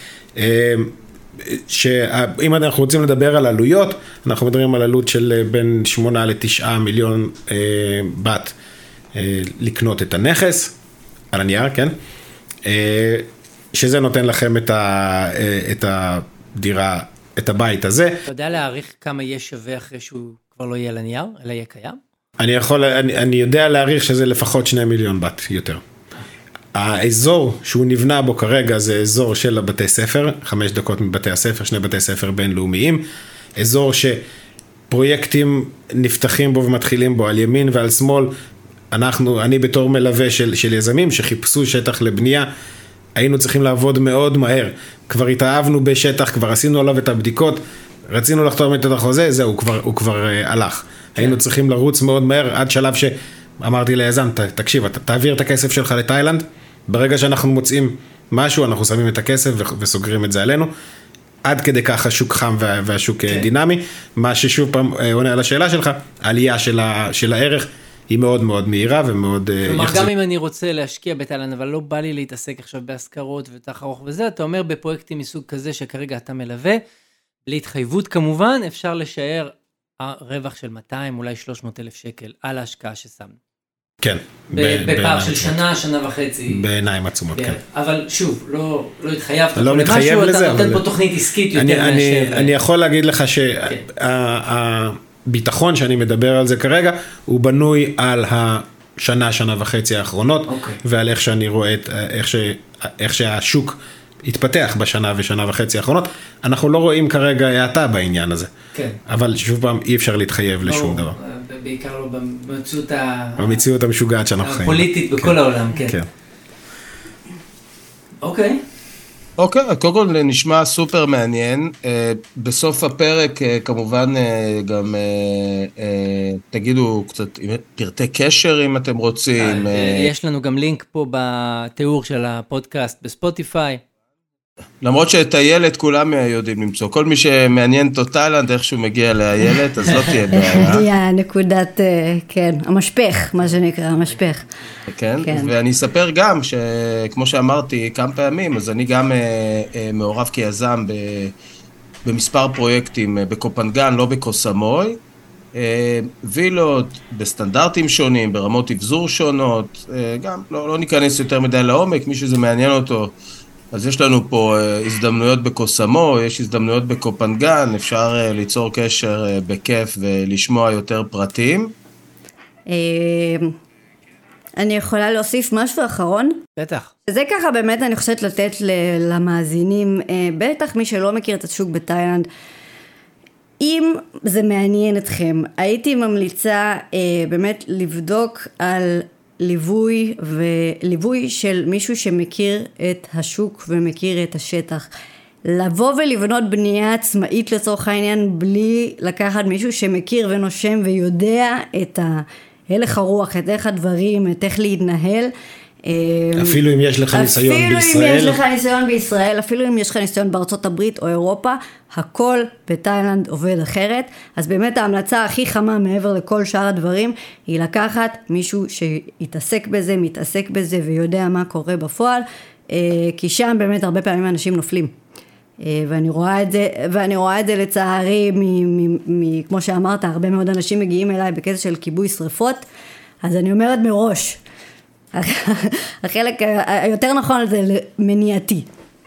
שאם אנחנו רוצים לדבר על עלויות, אנחנו מדברים על עלות של בין שמונה לתשעה מיליון בת לקנות את הנכס, על הנייר, כן? שזה נותן לכם את, ה- את הדירה, את הבית הזה. אתה יודע להעריך כמה יהיה שווה אחרי שהוא כבר לא יהיה לנייר, אלא יהיה קיים? אני יכול, אני, אני יודע להעריך שזה לפחות שני מיליון בת יותר. האזור שהוא נבנה בו כרגע זה אזור של הבתי ספר, חמש דקות מבתי הספר, שני בתי ספר בינלאומיים, אזור שפרויקטים נפתחים בו ומתחילים בו על ימין ועל שמאל. אנחנו, אני בתור מלווה של, של יזמים שחיפשו שטח לבנייה, היינו צריכים לעבוד מאוד מהר. כבר התאהבנו בשטח, כבר עשינו עליו את הבדיקות, רצינו לחתום את החוזה, זהו, הוא כבר, הוא כבר uh, הלך. כן. היינו צריכים לרוץ מאוד מהר, עד שלב שאמרתי ליזם, ת, תקשיב, ת, תעביר את הכסף שלך לתאילנד, ברגע שאנחנו מוצאים משהו, אנחנו שמים את הכסף ו- וסוגרים את זה עלינו, עד כדי כך השוק חם וה, והשוק כן. דינמי, מה ששוב פעם עונה על השאלה שלך, העלייה של, ה, של הערך, היא מאוד מאוד מהירה ומאוד... כלומר, גם אם אני רוצה להשקיע בתאילנד, אבל לא בא לי להתעסק עכשיו בהשכרות וטח ארוך וזה, אתה אומר בפרויקטים מסוג כזה שכרגע אתה מלווה, להתחייבות כמובן, אפשר לשער רווח של מאתיים, אולי שלוש מאות אלף שקל על ההשקעה ששמנו. כן. בפער של שנה, שנה וחצי. בעיניים עצומות, כן. אבל שוב, לא התחייבת. לא מתחייב לזה. אתה נותן פה תוכנית עסקית יותר מאשר... אני יכול להגיד לך שה... ביטחון שאני מדבר על זה כרגע, הוא בנוי על השנה, שנה וחצי האחרונות, okay. ועל איך שאני רואה את, איך, ש, איך שהשוק התפתח בשנה ושנה וחצי האחרונות. אנחנו לא רואים כרגע האטה בעניין הזה. כן. אבל שוב פעם, אי אפשר להתחייב לא, לשום דבר. בעיקר לא במציאות ה... במציאות המשוגעת שאנחנו חיים. הפוליטית בכל כן. העולם, כן. כן. אוקיי. אוקיי, קודם כל נשמע סופר מעניין, בסוף הפרק כמובן גם תגידו קצת פרטי קשר אם אתם רוצים. יש לנו גם לינק פה בתיאור של הפודקאסט בספוטיפיי. למרות שאת הילד כולם יודעים למצוא, כל מי שמעניין את תאילנד איכשהו מגיע להילד, אז לא תהיה בעיה. הגיע נקודת, כן, המשפך, מה שנקרא, המשפך. כן, ואני אספר גם שכמו שאמרתי כמה פעמים, אז אני גם מעורב כיזם במספר פרויקטים בקופנגן, לא בקוסמוי, וילות בסטנדרטים שונים, ברמות אבזור שונות, גם לא ניכנס יותר מדי לעומק, מי שזה מעניין אותו, אז יש לנו פה הזדמנויות בקוסמו, יש הזדמנויות בקופנגן, אפשר ליצור קשר בכיף ולשמוע יותר פרטים. אני יכולה להוסיף משהו אחרון? בטח. זה ככה באמת אני חושבת לתת למאזינים, בטח מי שלא מכיר את השוק בתאילנד, אם זה מעניין אתכם, הייתי ממליצה באמת לבדוק על... ליווי וליווי של מישהו שמכיר את השוק ומכיר את השטח. לבוא ולבנות בנייה עצמאית לצורך העניין בלי לקחת מישהו שמכיר ונושם ויודע את הלך הרוח, את איך הדברים, את איך להתנהל. אפילו אם יש לך ניסיון בישראל. אפילו אם יש לך ניסיון בישראל, אפילו אם יש לך ניסיון בארצות הברית או אירופה, הכל בתאילנד עובד אחרת. אז באמת ההמלצה הכי חמה מעבר לכל שאר הדברים, היא לקחת מישהו שיתעסק בזה, מתעסק בזה ויודע מה קורה בפועל. כי שם באמת הרבה פעמים אנשים נופלים. ואני רואה את זה, ואני רואה את זה לצערי, מ, מ, מ, כמו שאמרת, הרבה מאוד אנשים מגיעים אליי בקטע של כיבוי שריפות, אז אני אומרת מראש, החלק היותר נכון זה מניעתי.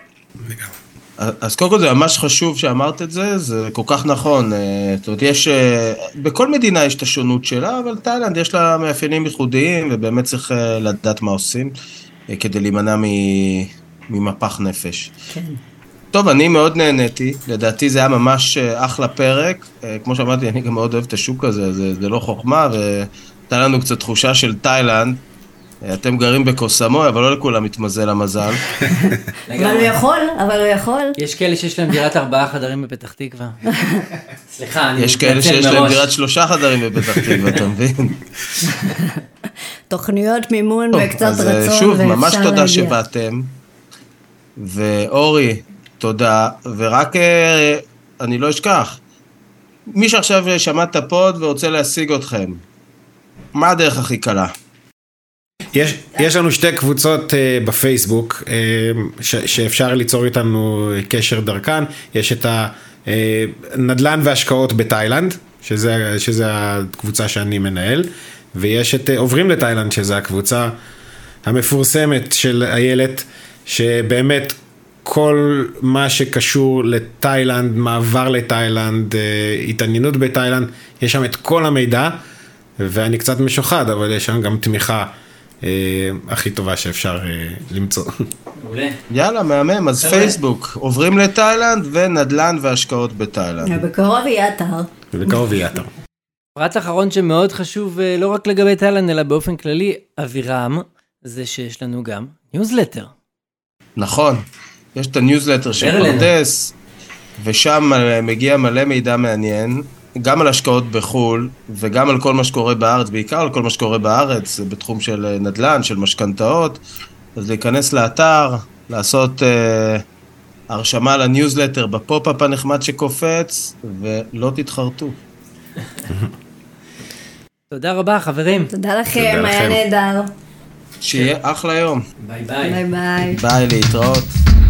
אז קודם כל זה ממש חשוב שאמרת את זה, זה כל כך נכון, זאת אומרת, יש, בכל מדינה יש את השונות שלה, אבל תאילנד יש לה מאפיינים ייחודיים, ובאמת צריך לדעת מה עושים, כדי להימנע ממפח נפש. כן. טוב, אני מאוד נהניתי, לדעתי זה היה ממש אחלה פרק, כמו שאמרתי, אני גם מאוד אוהב את השוק הזה, זה, זה לא חוכמה, ונתן לנו קצת תחושה של תאילנד, אתם גרים בקוסמוי, אבל לא לכולם מתמזל המזל. אבל הוא יכול, אבל הוא יכול. יש כאלה שיש להם דירת ארבעה חדרים בפתח תקווה. סליחה, אני יש כאלה שיש להם דירת שלושה חדרים בפתח תקווה, אתה מבין? תוכניות מימון וקצת רצון, ואפשר להגיע. שוב, ממש תודה שבאתם, ואורי, תודה, ורק אני לא אשכח, מי שעכשיו שמע את הפוד ורוצה להשיג אתכם, מה הדרך הכי קלה? יש, יש לנו שתי קבוצות uh, בפייסבוק, uh, ש, שאפשר ליצור איתנו קשר דרכן, יש את הנדל"ן והשקעות בתאילנד, שזה, שזה הקבוצה שאני מנהל, ויש את uh, עוברים לתאילנד, שזה הקבוצה המפורסמת של איילת, שבאמת כל מה שקשור לתאילנד, מעבר לתאילנד, uh, התעניינות בתאילנד, יש שם את כל המידע, ואני קצת משוחד, אבל יש שם גם תמיכה, הכי טובה שאפשר למצוא. מעולה. יאללה, מהמם, אז פייסבוק, עוברים לתאילנד ונדל"ן והשקעות בתאילנד. בקרוב יהיה אתר. בקרוב יהיה אתר. פרט אחרון שמאוד חשוב, לא רק לגבי תאילנד, אלא באופן כללי, אבירם, זה שיש לנו גם ניוזלטר. נכון, יש את הניוזלטר של פרדס, ושם מגיע מלא מידע מעניין, גם על השקעות בחול, וגם על כל מה שקורה בארץ, בעיקר על כל מה שקורה בארץ, בתחום של נדל"ן, של משכנתאות, אז להיכנס לאתר, לעשות אה, הרשמה לניוזלטר בפופ-אפ הנחמד שקופץ, ולא תתחרטו. תודה רבה, חברים. תודה לכם, היה נהדר. שיהיה אחלה יום. ביי ביי. ביי ביי. ביי, להתראות.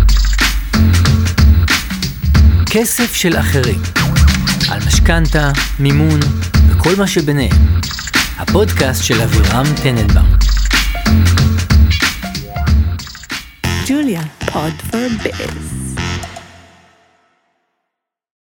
כסף של אחרים. על משכנתה, מימון וכל מה שביניהם. הפודקאסט של אבירם טננבאום. ג'וליה, pod for biz.